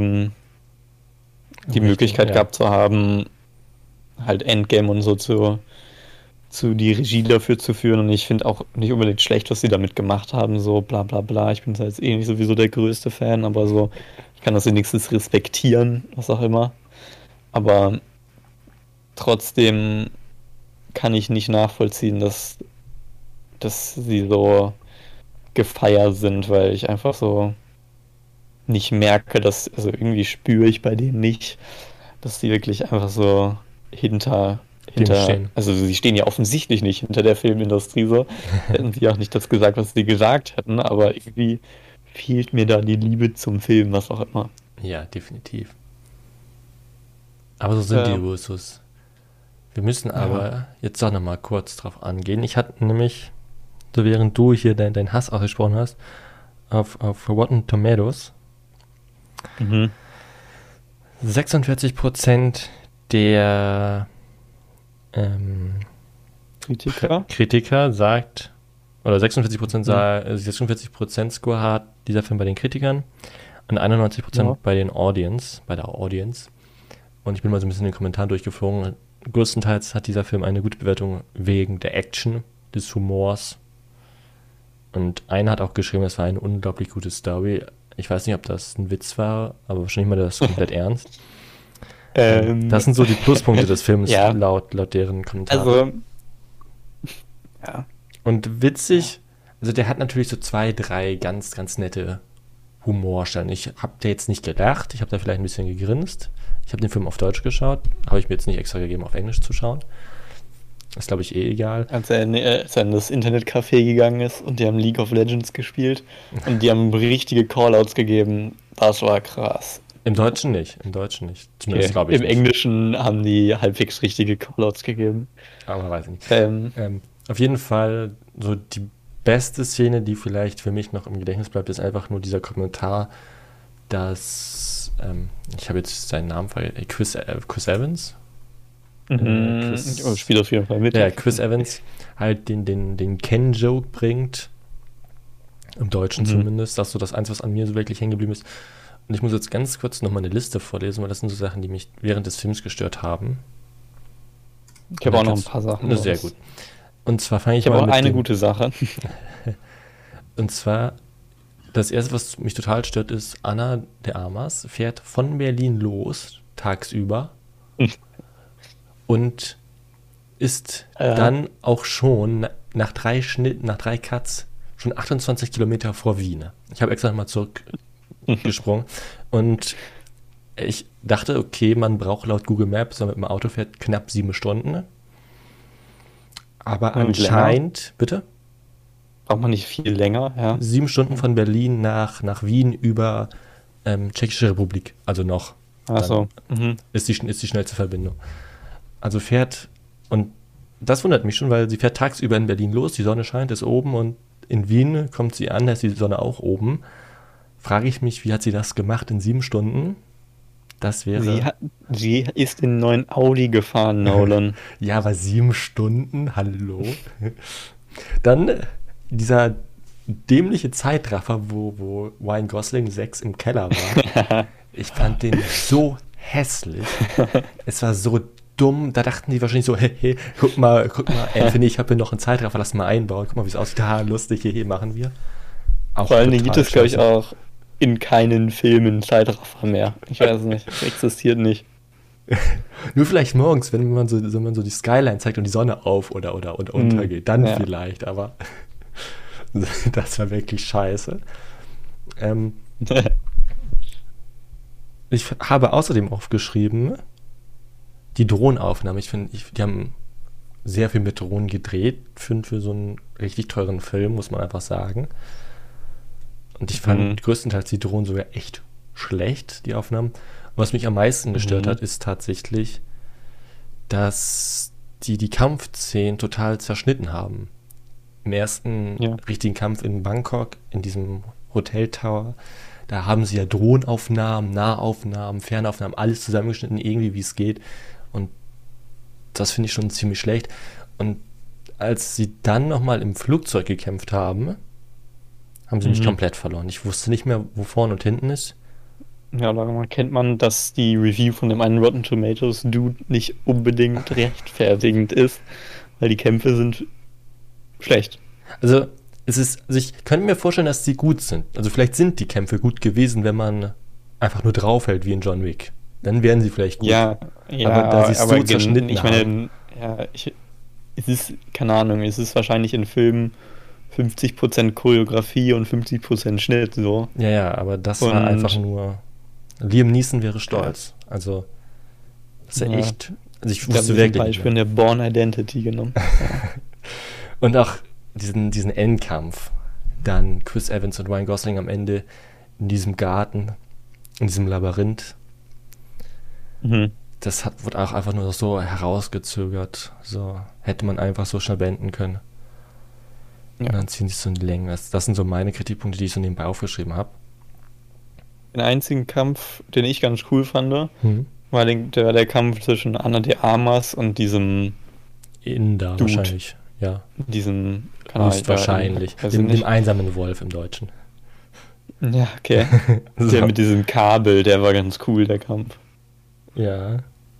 die Möglichkeit gehabt zu haben, halt Endgame und so zu die Regie dafür zu führen, und ich finde auch nicht unbedingt schlecht, was sie damit gemacht haben, so bla bla bla. Ich bin jetzt nicht sowieso der größte Fan, aber so, ich kann das wenigstens respektieren, was auch immer. Aber trotzdem kann ich nicht nachvollziehen, dass sie so gefeiert sind, weil ich einfach so nicht merke, also irgendwie spüre ich bei denen nicht, dass die wirklich einfach so Stehen. also sie stehen ja offensichtlich nicht hinter der Filmindustrie so, hätten sie auch nicht das gesagt, was sie gesagt hätten, aber irgendwie fehlt mir da die Liebe zum Film, was auch immer. Ja, definitiv. Aber so sind die Usos. Wir müssen aber jetzt doch nochmal kurz drauf angehen. Ich hatte nämlich, so während du hier deinen Hass ausgesprochen hast, auf Rotten Tomatoes 46% der Kritiker sagt, oder 46% Score hat dieser Film bei den Kritikern und 91% bei der Audience. Und ich bin mal so ein bisschen in den Kommentaren durchgeflogen. Größtenteils hat dieser Film eine gute Bewertung wegen der Action, des Humors. Und einer hat auch geschrieben, es war eine unglaublich gute Story. Ich weiß nicht, ob das ein Witz war, aber wahrscheinlich mal das komplett ernst. Das sind so die Pluspunkte des Films, laut deren Kommentaren. Also, ja. Und witzig, also der hat natürlich so 2, 3 ganz, ganz nette Humorstellen. Ich habe da jetzt nicht gedacht, ich habe da vielleicht ein bisschen gegrinst. Ich habe den Film auf Deutsch geschaut, habe ich mir jetzt nicht extra gegeben, auf Englisch zu schauen. Ist, glaube ich, egal. Als er in das Internetcafé gegangen ist und die haben League of Legends gespielt und die haben richtige Callouts gegeben, das war krass. Im Deutschen nicht. Zumindest okay. Glaube ich Im nicht. Englischen haben die halbwegs richtige Callouts gegeben. Aber weiß ich nicht. Auf jeden Fall, so die beste Szene, die vielleicht für mich noch im Gedächtnis bleibt, ist einfach nur dieser Kommentar, dass, ich habe jetzt seinen Namen vergessen, Chris Evans? Spielt auf jeden Fall mit. Ja, Chris Evans halt den Ken-Joke bringt, im Deutschen zumindest, das ist so das Eins, was an mir so wirklich hängen geblieben ist. Und ich muss jetzt ganz kurz nochmal eine Liste vorlesen, weil das sind so Sachen, die mich während des Films gestört haben. Ich habe auch noch ein paar Sachen. Sehr gut. Und zwar fange ich mal mit auch eine gute Sache. Und zwar, das erste, was mich total stört, ist, Ana de Armas fährt von Berlin los, tagsüber, und ist dann auch schon nach 3 Cuts schon 28 Kilometer vor Wien. Ich habe extra nochmal zurückgesprungen und ich dachte, okay, man braucht laut Google Maps, wenn man mit dem Auto fährt, knapp 7 Stunden. Aber anscheinend, länger? Bitte? Braucht man nicht viel länger, ja. 7 Stunden von Berlin nach Wien über Tschechische Republik, also noch. Achso. Ist die schnellste Verbindung. Also fährt, und das wundert mich schon, weil sie fährt tagsüber in Berlin los, die Sonne scheint, ist oben und in Wien kommt sie an, da ist die Sonne auch oben. Frage ich mich, wie hat sie das gemacht in 7 Stunden? Das wäre... Sie ist in den neuen Audi gefahren, Nolan. Ja, aber 7 Stunden, hallo? Dann dieser dämliche Zeitraffer, wo Ryan Gosling 6 im Keller war. Ich fand den so hässlich. Es war so dumm. Da dachten die wahrscheinlich so, hey, guck mal, Anthony, ich habe hier noch einen Zeitraffer, lass mal einbauen. Guck mal, wie es aussieht. Lustig, hier machen wir. Auch vor allen Dingen gibt es, glaube ich, auch in keinen Filmen Zeitraffer mehr. Ich weiß es nicht. Das existiert nicht. Nur vielleicht morgens, wenn man so die Skyline zeigt und die Sonne auf oder untergeht. Dann vielleicht, aber das war wirklich scheiße. Ich habe außerdem aufgeschrieben, die Drohnenaufnahme. Ich finde, die haben sehr viel mit Drohnen gedreht für so einen richtig teuren Film, muss man einfach sagen. Und ich fand größtenteils die Drohnen sogar echt schlecht, die Aufnahmen. Und was mich am meisten gestört hat, ist tatsächlich, dass die Kampfszenen total zerschnitten haben. Im ersten richtigen Kampf in Bangkok, in diesem Hoteltower, da haben sie ja Drohnenaufnahmen, Nahaufnahmen, Fernaufnahmen, alles zusammengeschnitten, irgendwie wie es geht. Und das finde ich schon ziemlich schlecht. Und als sie dann nochmal im Flugzeug gekämpft haben, haben sie mich komplett verloren. Ich wusste nicht mehr, wo vorne und hinten ist. Ja, daran kennt man, dass die Review von dem einen Rotten Tomatoes Dude nicht unbedingt rechtfertigend ist, weil die Kämpfe sind schlecht. Also ich könnte mir vorstellen, dass sie gut sind. Also vielleicht sind die Kämpfe gut gewesen, wenn man einfach nur draufhält wie in John Wick. Dann wären sie vielleicht gut. Ja, aber da sie es so zerschnitten haben. Es ist, keine Ahnung, es ist wahrscheinlich in Filmen 50% Choreografie und 50% Schnitt, so. Ja, aber das war Und- einfach nur. Liam Neeson wäre stolz. Also, das ist ja Ja. echt. Also, ich Ich habe wusste ein wirklich. Beispiel in Nicht der Born Identity genommen. Und auch diesen Endkampf. Dann Chris Evans und Ryan Gosling am Ende in diesem Garten, in diesem Labyrinth. Mhm. Das wurde auch einfach nur so herausgezögert. So hätte man einfach so schnell beenden können. Ja. Und dann ziehen sie so in die Länge. Das sind so meine Kritikpunkte, die ich so nebenbei aufgeschrieben habe. Den einzigen Kampf, den ich ganz cool fand, war der Kampf zwischen Ana de Armas und diesem, Inder Dude. wahrscheinlich. Ja, keine Ahnung, höchstwahrscheinlich. weiß ich Dem nicht. einsamen Wolf im Deutschen. Ja, okay. So. Der mit diesem Kabel, der war ganz cool, der Kampf. Ja.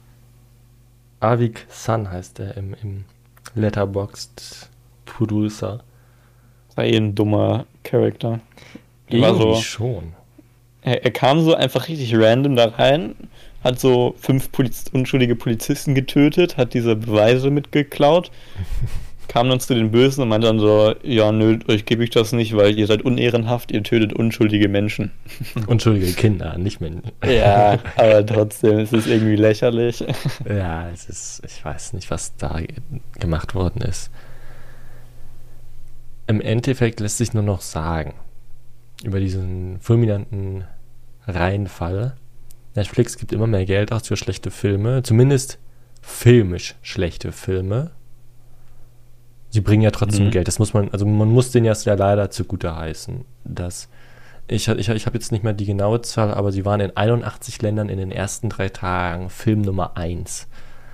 Avik Sun heißt er im Letterboxd Producer. War eh ein dummer Charakter. Der war Irgendwie so, schon. er kam so einfach richtig random da rein, hat so 5 unschuldige Polizisten getötet, hat diese Beweise mitgeklaut, kam dann zu den Bösen und meinte dann so, ja, nö, euch gebe ich das nicht, weil ihr seid unehrenhaft, ihr tötet unschuldige Menschen. Unschuldige Kinder, nicht Menschen. Ja, aber trotzdem ist es irgendwie lächerlich. Ja, ich weiß nicht, was da gemacht worden ist. Im Endeffekt lässt sich nur noch sagen, über diesen fulminanten Reinfall, Netflix gibt immer mehr Geld aus für schlechte Filme, zumindest filmisch schlechte Filme. Sie bringen ja trotzdem Geld, das muss man muss denen ja leider zugute heißen, dass ich habe jetzt nicht mehr die genaue Zahl, aber sie waren in 81 Ländern in den ersten 3 Tagen Film Nummer 1.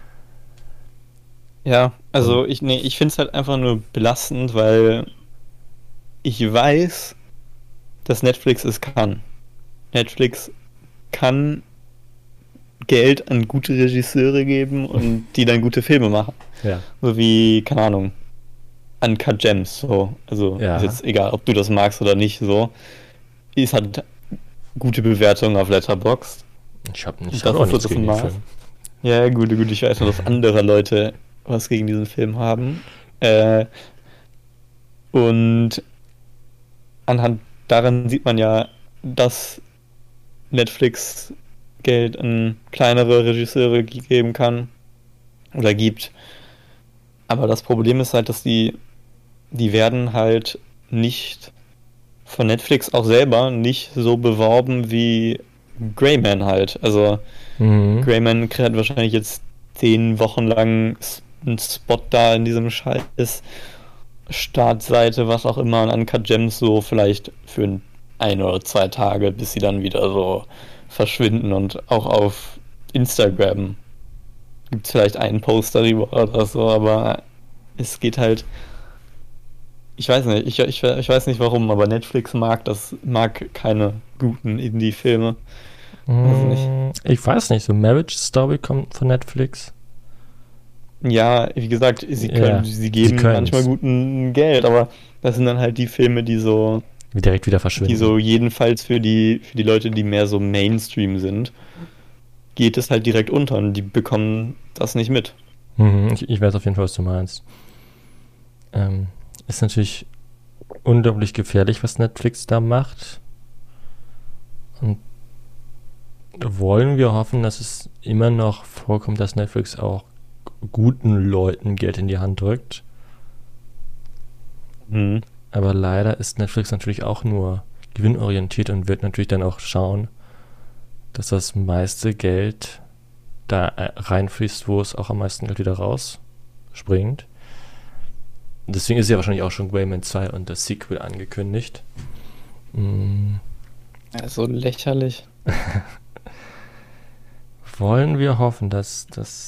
Ja, also ich finde es halt einfach nur belastend, weil ich weiß, dass Netflix es kann. Netflix kann Geld an gute Regisseure geben und die dann gute Filme machen. Ja. So wie, keine Ahnung, Uncut Gems, so. Also Ja. ist jetzt egal, ob du das magst oder nicht, so. Es hat gute Bewertungen auf Letterboxd. Ich habe Das nicht auch wird nichts das gegen den Maß. Film. Ja, gut, ich weiß nur, dass andere Leute was gegen diesen Film haben. Und anhand daran sieht man ja, dass Netflix Geld an kleinere Regisseure geben kann oder gibt. Aber das Problem ist halt, dass die werden halt nicht von Netflix auch selber nicht so beworben wie Greyman halt. Also Greyman hat wahrscheinlich jetzt 10 Wochen lang einen Spot da in diesem Scheiß Startseite, was auch immer, und Uncut Gems so vielleicht für 1 oder 2 Tage, bis sie dann wieder so verschwinden. Und auch auf Instagram gibt es vielleicht einen Post darüber oder so, aber es geht halt, ich weiß nicht, ich weiß nicht warum, aber Netflix mag keine guten Indie-Filme. Weiß nicht. Ich weiß nicht, so Marriage Story kommt von Netflix. Ja, wie gesagt, sie Sie geben können's. manchmal guten Geld, aber das sind dann halt die Filme, die Direkt wieder verschwinden. so jedenfalls für die Leute, die mehr so Mainstream sind, geht es halt direkt unter und die bekommen das nicht mit. Ich weiß auf jeden Fall, was du meinst. Ist natürlich unglaublich gefährlich, was Netflix da macht. Und wollen wir hoffen, dass es immer noch vorkommt, dass Netflix auch guten Leuten Geld in die Hand drückt. Aber leider ist Netflix natürlich auch nur gewinnorientiert und wird natürlich dann auch schauen, dass das meiste Geld da reinfließt, wo es auch am meisten Geld wieder rausspringt. Deswegen ist ja wahrscheinlich auch schon Greyman 2 und das Sequel angekündigt. So lächerlich. Wollen wir hoffen, dass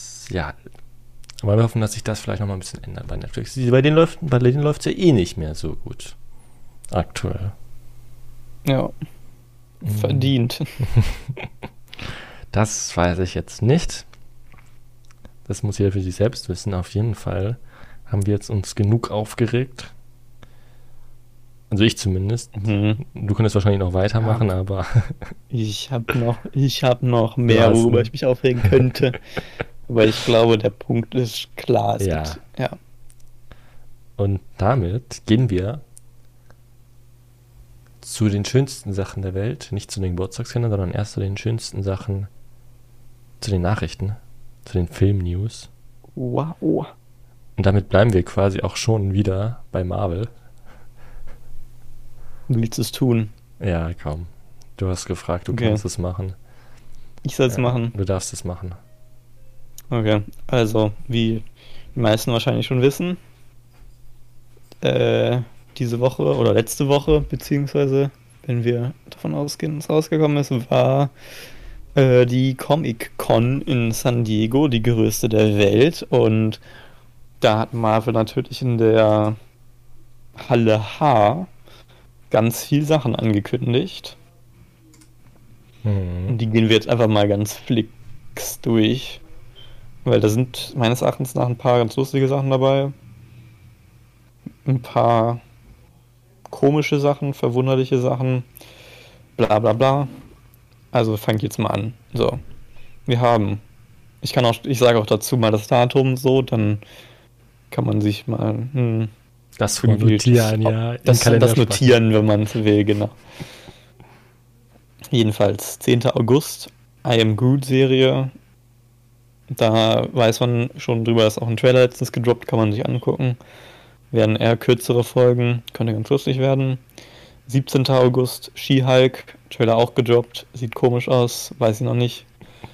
sich das vielleicht nochmal ein bisschen ändert bei Netflix. Bei denen läuft es ja eh nicht mehr so gut. Aktuell. Ja. Verdient. Das weiß ich jetzt nicht. Das muss jeder für sich selbst wissen. Auf jeden Fall haben wir jetzt uns genug aufgeregt. Also ich zumindest. Du könntest wahrscheinlich noch weitermachen, aber Ich hab noch mehr, worüber ich mich aufregen könnte. Aber ich glaube, der Punkt ist klar. Ja. Und damit gehen wir zu den schönsten Sachen der Welt, nicht zu den Geburtstagskindern, sondern erst zu den schönsten Sachen, zu den Nachrichten, zu den Film-News. Wow. Und damit bleiben wir quasi auch schon wieder bei Marvel. Du willst es tun. Ja, komm. Du hast gefragt, du Okay. kannst es machen. Ich soll es machen. Du darfst es machen. Okay, also, wie die meisten wahrscheinlich schon wissen, diese Woche oder letzte Woche, beziehungsweise, wenn wir davon ausgehen, dass es rausgekommen ist, war die Comic-Con in San Diego, die größte der Welt. Und da hat Marvel natürlich in der Halle H ganz viel Sachen angekündigt. Und die gehen wir jetzt einfach mal ganz fix durch. Weil da sind meines Erachtens nach ein paar ganz lustige Sachen dabei. Ein paar komische Sachen, verwunderliche Sachen. Bla bla bla. Also fang jetzt mal an. So. Wir haben. Ich sage auch dazu mal das Datum so, dann kann man sich mal. Das irgendwie notieren, ja. Das notieren, wenn man es will, genau. Jedenfalls 10. August, I Am Groot-Serie. Da weiß man schon drüber, ist auch ein Trailer letztens gedroppt, kann man sich angucken. Werden eher kürzere Folgen, könnte ganz lustig werden. 17. August, She-Hulk, Trailer auch gedroppt, sieht komisch aus, weiß ich noch nicht.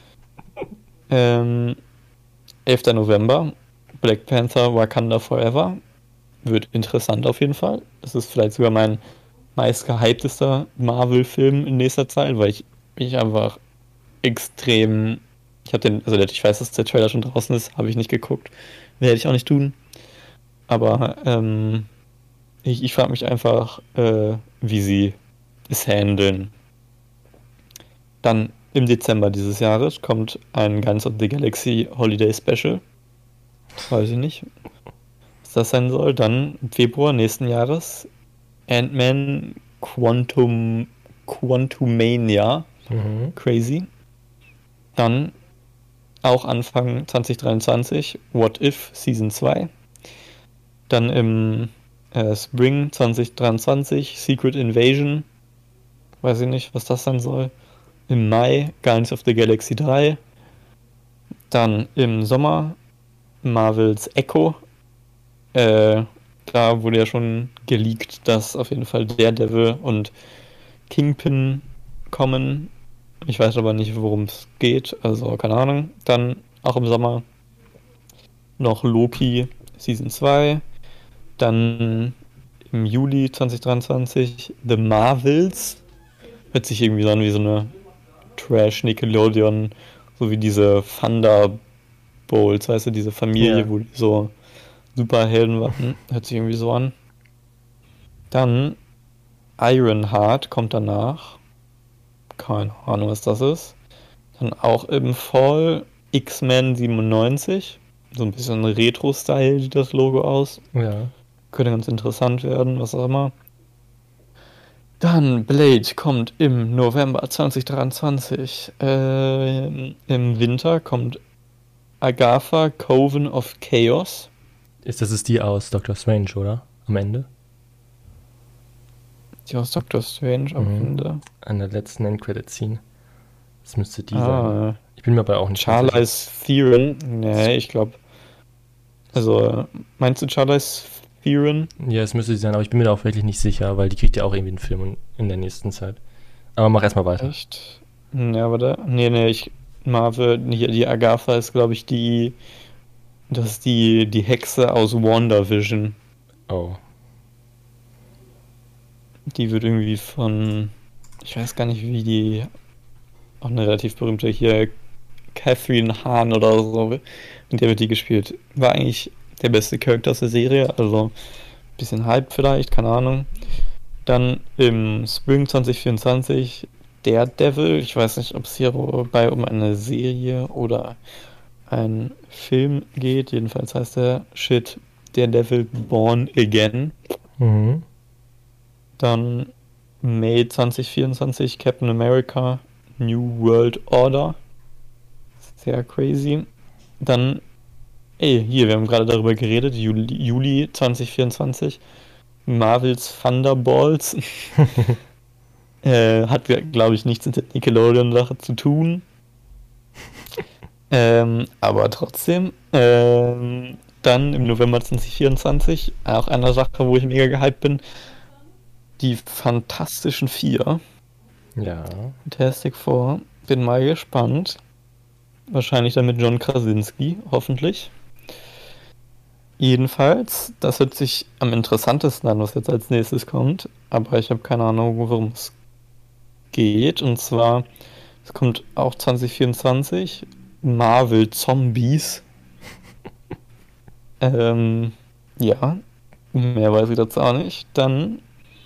11. November, Black Panther, Wakanda Forever. Wird interessant auf jeden Fall. Das ist vielleicht sogar mein meist gehyptester Marvel-Film in nächster Zeit, weil ich mich einfach extrem... ich weiß, dass der Trailer schon draußen ist, habe ich nicht geguckt. Werde ich auch nicht tun. Aber ich frage mich einfach, wie sie es handeln. Dann im Dezember dieses Jahres kommt ein Guardians of the Galaxy Holiday Special. Weiß ich nicht, was das sein soll. Dann im Februar nächsten Jahres Ant-Man Quantumania. Crazy. Dann auch Anfang 2023 What If Season 2. Dann im Spring 2023 Secret Invasion. Weiß ich nicht, was das sein soll. Im Mai Guardians of the Galaxy 3. Dann im Sommer Marvels Echo. Da wurde ja schon geleakt, dass auf jeden Fall Daredevil und Kingpin kommen. Ich weiß aber nicht, worum es geht, also keine Ahnung. Dann auch im Sommer noch Loki Season 2. Dann im Juli 2023 The Marvels. Hört sich irgendwie so an wie so eine Trash-Nickelodeon, so wie diese Thunderbolts, weißt du, diese Familie, wo die so Superhelden waren. Hört sich irgendwie so an. Dann Ironheart kommt danach. Keine Ahnung, was das ist. Dann auch im Fall X-Men 97. So ein bisschen Retro-Style sieht das Logo aus. Ja. Könnte ganz interessant werden, was auch immer. Dann Blade kommt im November 2023. Im Winter kommt Agatha Coven of Chaos. Das ist die aus Doctor Strange, oder? Am Ende? Die aus Doctor Strange am Ende. An der letzten End-Credit-Scene. Das müsste die sein. Ich bin mir aber auch nicht sicher. Charlize Theron. Nee, ich glaube. Also, meinst du Charlize Theron? Ja, es müsste sie sein, aber ich bin mir da auch wirklich nicht sicher, weil die kriegt ja auch irgendwie einen Film in der nächsten Zeit. Aber mach erstmal weiter. Echt? Ja, aber Marvel, hier, die Agatha ist, glaube ich, das ist die Hexe aus WandaVision. Oh. Die wird irgendwie ich weiß gar nicht, wie die, auch eine relativ berühmte hier, Catherine Hahn oder so, und der wird die gespielt. War eigentlich der beste Charakter aus der Serie, also ein bisschen Hype vielleicht, keine Ahnung. Dann im Spring 2024 Daredevil. Ich weiß nicht, ob es hierbei um eine Serie oder ein Film geht. Jedenfalls heißt der Daredevil Born Again. Dann Mai 2024 Captain America New World Order. Sehr crazy. Dann, wir haben gerade darüber geredet, Juli 2024 Marvels Thunderbolts. Hat, glaube ich, nichts mit der Nickelodeon-Sache zu tun. Aber trotzdem. Dann im November 2024, auch eine Sache, wo ich mega gehypt bin, die Fantastischen Vier. Ja. Fantastic Four. Bin mal gespannt. Wahrscheinlich dann mit John Krasinski, hoffentlich. Jedenfalls, das hört sich am interessantesten an, was jetzt als nächstes kommt. Aber ich habe keine Ahnung, worum es geht. Und zwar, es kommt auch 2024 Marvel Zombies. Ja, mehr weiß ich dazu auch nicht. Dann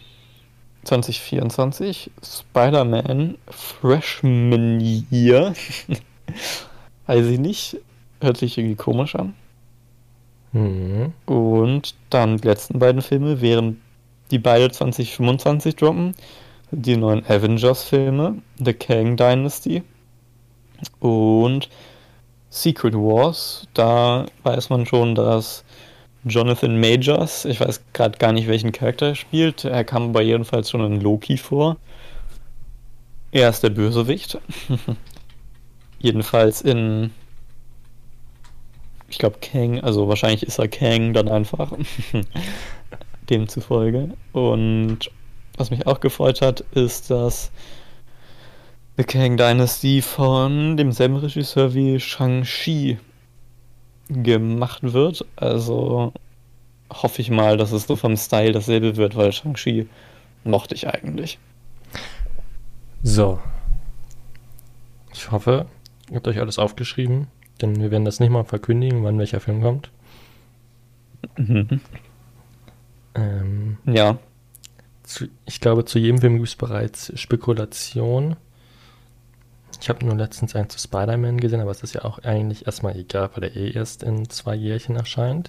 2024 Spider-Man Freshman Year. Weiß ich nicht. Hört sich irgendwie komisch an. Mhm. Und dann die letzten beiden Filme wären die beide 2025 droppen. Die neuen Avengers-Filme, The Kang Dynasty und Secret Wars. Da weiß man schon, dass Jonathan Majors, ich weiß gerade gar nicht, welchen Charakter er spielt, er kam aber jedenfalls schon in Loki vor. Er ist der Bösewicht. Jedenfalls in, ich glaube, Kang, also wahrscheinlich ist er Kang dann einfach. Demzufolge. Und was mich auch gefreut hat, ist, dass The Kang Dynasty von demselben Regisseur wie Shang-Chi gemacht wird. Also hoffe ich mal, dass es so vom Style dasselbe wird, weil Shang-Chi mochte ich eigentlich. So. Ich hoffe, ihr habt euch alles aufgeschrieben, denn wir werden das nicht mal verkündigen, wann welcher Film kommt. Mhm. Ja. Ich glaube, zu jedem Film gibt es bereits Spekulation. Ich habe nur letztens einen zu Spider-Man gesehen, aber es ist ja auch eigentlich erstmal egal, weil der erst in 2 Jährchen erscheint.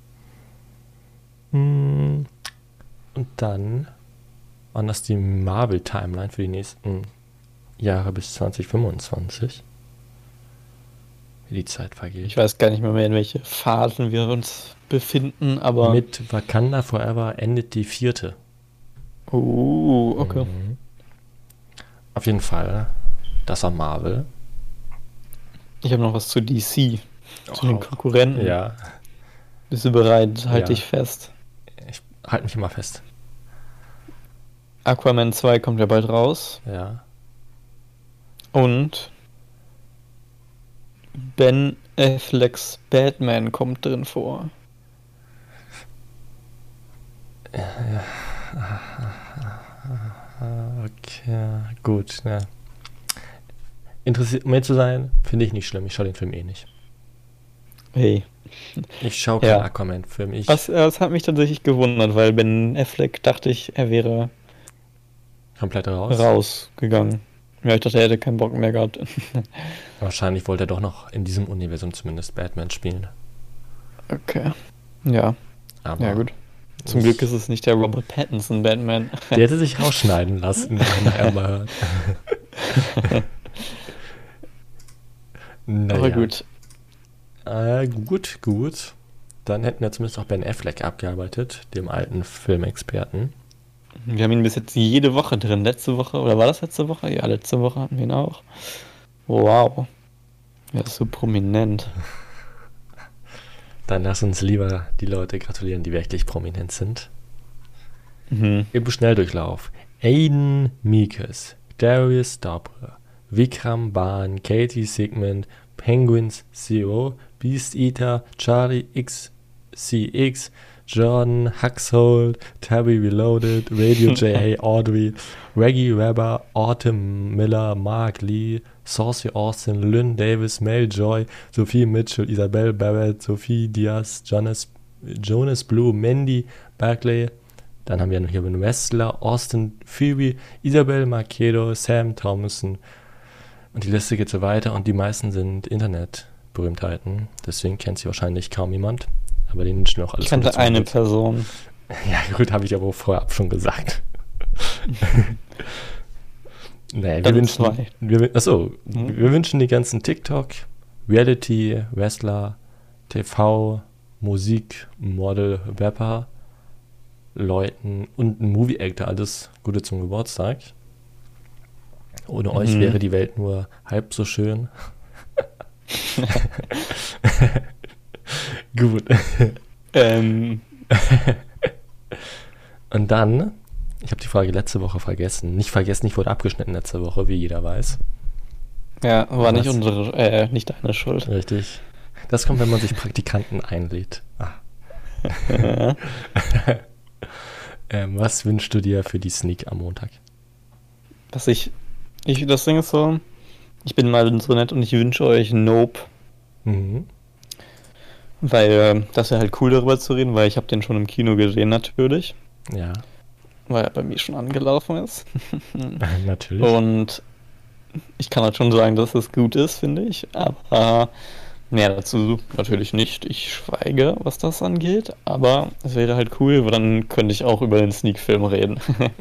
Und dann waren das die Marvel-Timeline für die nächsten Jahre bis 2025. Wie die Zeit vergeht. Ich weiß gar nicht mehr, in welche Phasen wir uns befinden, aber... Mit Wakanda Forever endet die 4. Okay. Auf jeden Fall, das war Marvel. Ich habe noch was zu DC, zu den Konkurrenten. Ja. Bist du bereit? Halt dich fest. Ich halte mich immer fest. Aquaman 2 kommt ja bald raus. Ja. Und Ben Afflecks Batman kommt drin vor. Okay, gut. Ja. Interessiert mehr zu sein, finde ich nicht schlimm. Ich schaue den Film eh nicht. Hey. Ich schaue keinen Aquaman-Film. Das hat mich tatsächlich gewundert, weil Ben Affleck dachte ich, er wäre komplett rausgegangen. Ja, ich dachte, er hätte keinen Bock mehr gehabt. Wahrscheinlich wollte er doch noch in diesem Universum zumindest Batman spielen. Okay. Ja. Aber ja, gut. Zum Glück ist es nicht der Robert Pattinson Batman. Der hätte sich rausschneiden lassen, wenn er mal hört. Naja. Aber gut. Gut. Dann hätten wir zumindest auch Ben Affleck abgearbeitet, dem alten Filmexperten. Wir haben ihn bis jetzt jede Woche drin. Letzte Woche, oder war das letzte Woche? Ja, letzte Woche hatten wir ihn auch. Wow. Er ist so prominent. Dann lass uns lieber die Leute gratulieren, die wirklich prominent sind. Mhm. Im Schnelldurchlauf. Aiden Meekes, Darius Dobre, Vikram Baan, Katie Sigmund, Penguins Zero, Beast Eater, Charlie XCX, Jordan Huxhold, Tabby Reloaded, Radio J.A. Audrey, Reggie Weber, Autumn Miller, Mark Lee, Saucy Austin, Lynn Davis, Mel Joy, Sophie Mitchell, Isabel Barrett, Sophie Diaz, Jonas Blue, Mandy Barclay. Dann haben wir noch hier einen Wrestler, Austin Phoebe, Isabel Macedo, Sam Thomason. Und die Liste geht so weiter und die meisten sind Internetberühmtheiten. Deswegen kennt sie wahrscheinlich kaum jemand. Aber denen wünschen wir auch alles. Ich kannte eine Person. Ja, gut, habe ich aber vorher schon gesagt. Naja, wir wünschen die ganzen TikTok, Reality, Wrestler, TV, Musik, Model, Rapper, Leuten und ein Movie-Actor alles Gute zum Geburtstag. Ohne euch wäre die Welt nur halb so schön. Gut. Und dann, ich habe die Frage letzte Woche vergessen. Nicht vergessen, ich wurde abgeschnitten letzte Woche, wie jeder weiß. Ja, war nicht nicht deine Schuld. Richtig. Das kommt, wenn man sich Praktikanten einlädt. Was wünschst du dir für die Sneak am Montag? Das Ding ist so, ich bin mal so nett und ich wünsche euch Nope. Mhm. Weil das wäre halt cool, darüber zu reden, weil ich habe den schon im Kino gesehen, natürlich. Ja. Weil er bei mir schon angelaufen ist. Natürlich. Und ich kann halt schon sagen, dass es gut ist, finde ich. Aber mehr dazu natürlich nicht. Ich schweige, was das angeht. Aber es wäre halt cool, weil dann könnte ich auch über den Sneak-Film reden.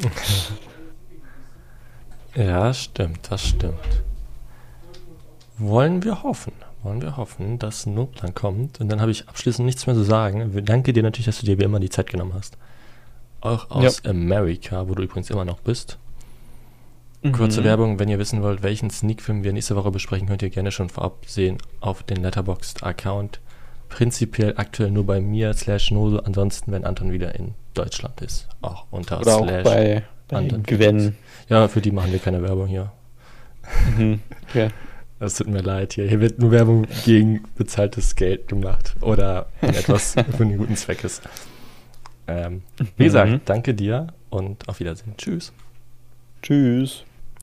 Ja, stimmt, das stimmt. Wollen wir hoffen, dass Nope dann kommt. Und dann habe ich abschließend nichts mehr zu sagen. Danke dir natürlich, dass du dir wie immer die Zeit genommen hast. Auch aus Amerika, wo du übrigens immer noch bist. Kurze Werbung, wenn ihr wissen wollt, welchen Sneak-Film wir nächste Woche besprechen, könnt ihr gerne schon vorab sehen auf den Letterboxd-Account. Prinzipiell aktuell nur bei mir /Nose, ansonsten, wenn Anton wieder in Deutschland ist, auch unter Oder auch bei Gwen. Ja, für die machen wir keine Werbung hier. Okay. Das tut mir leid hier. Hier wird nur Werbung gegen bezahltes Geld gemacht oder wenn etwas für einen guten Zweck ist. Wie gesagt, danke dir und auf Wiedersehen. Tschüss. Tschüss.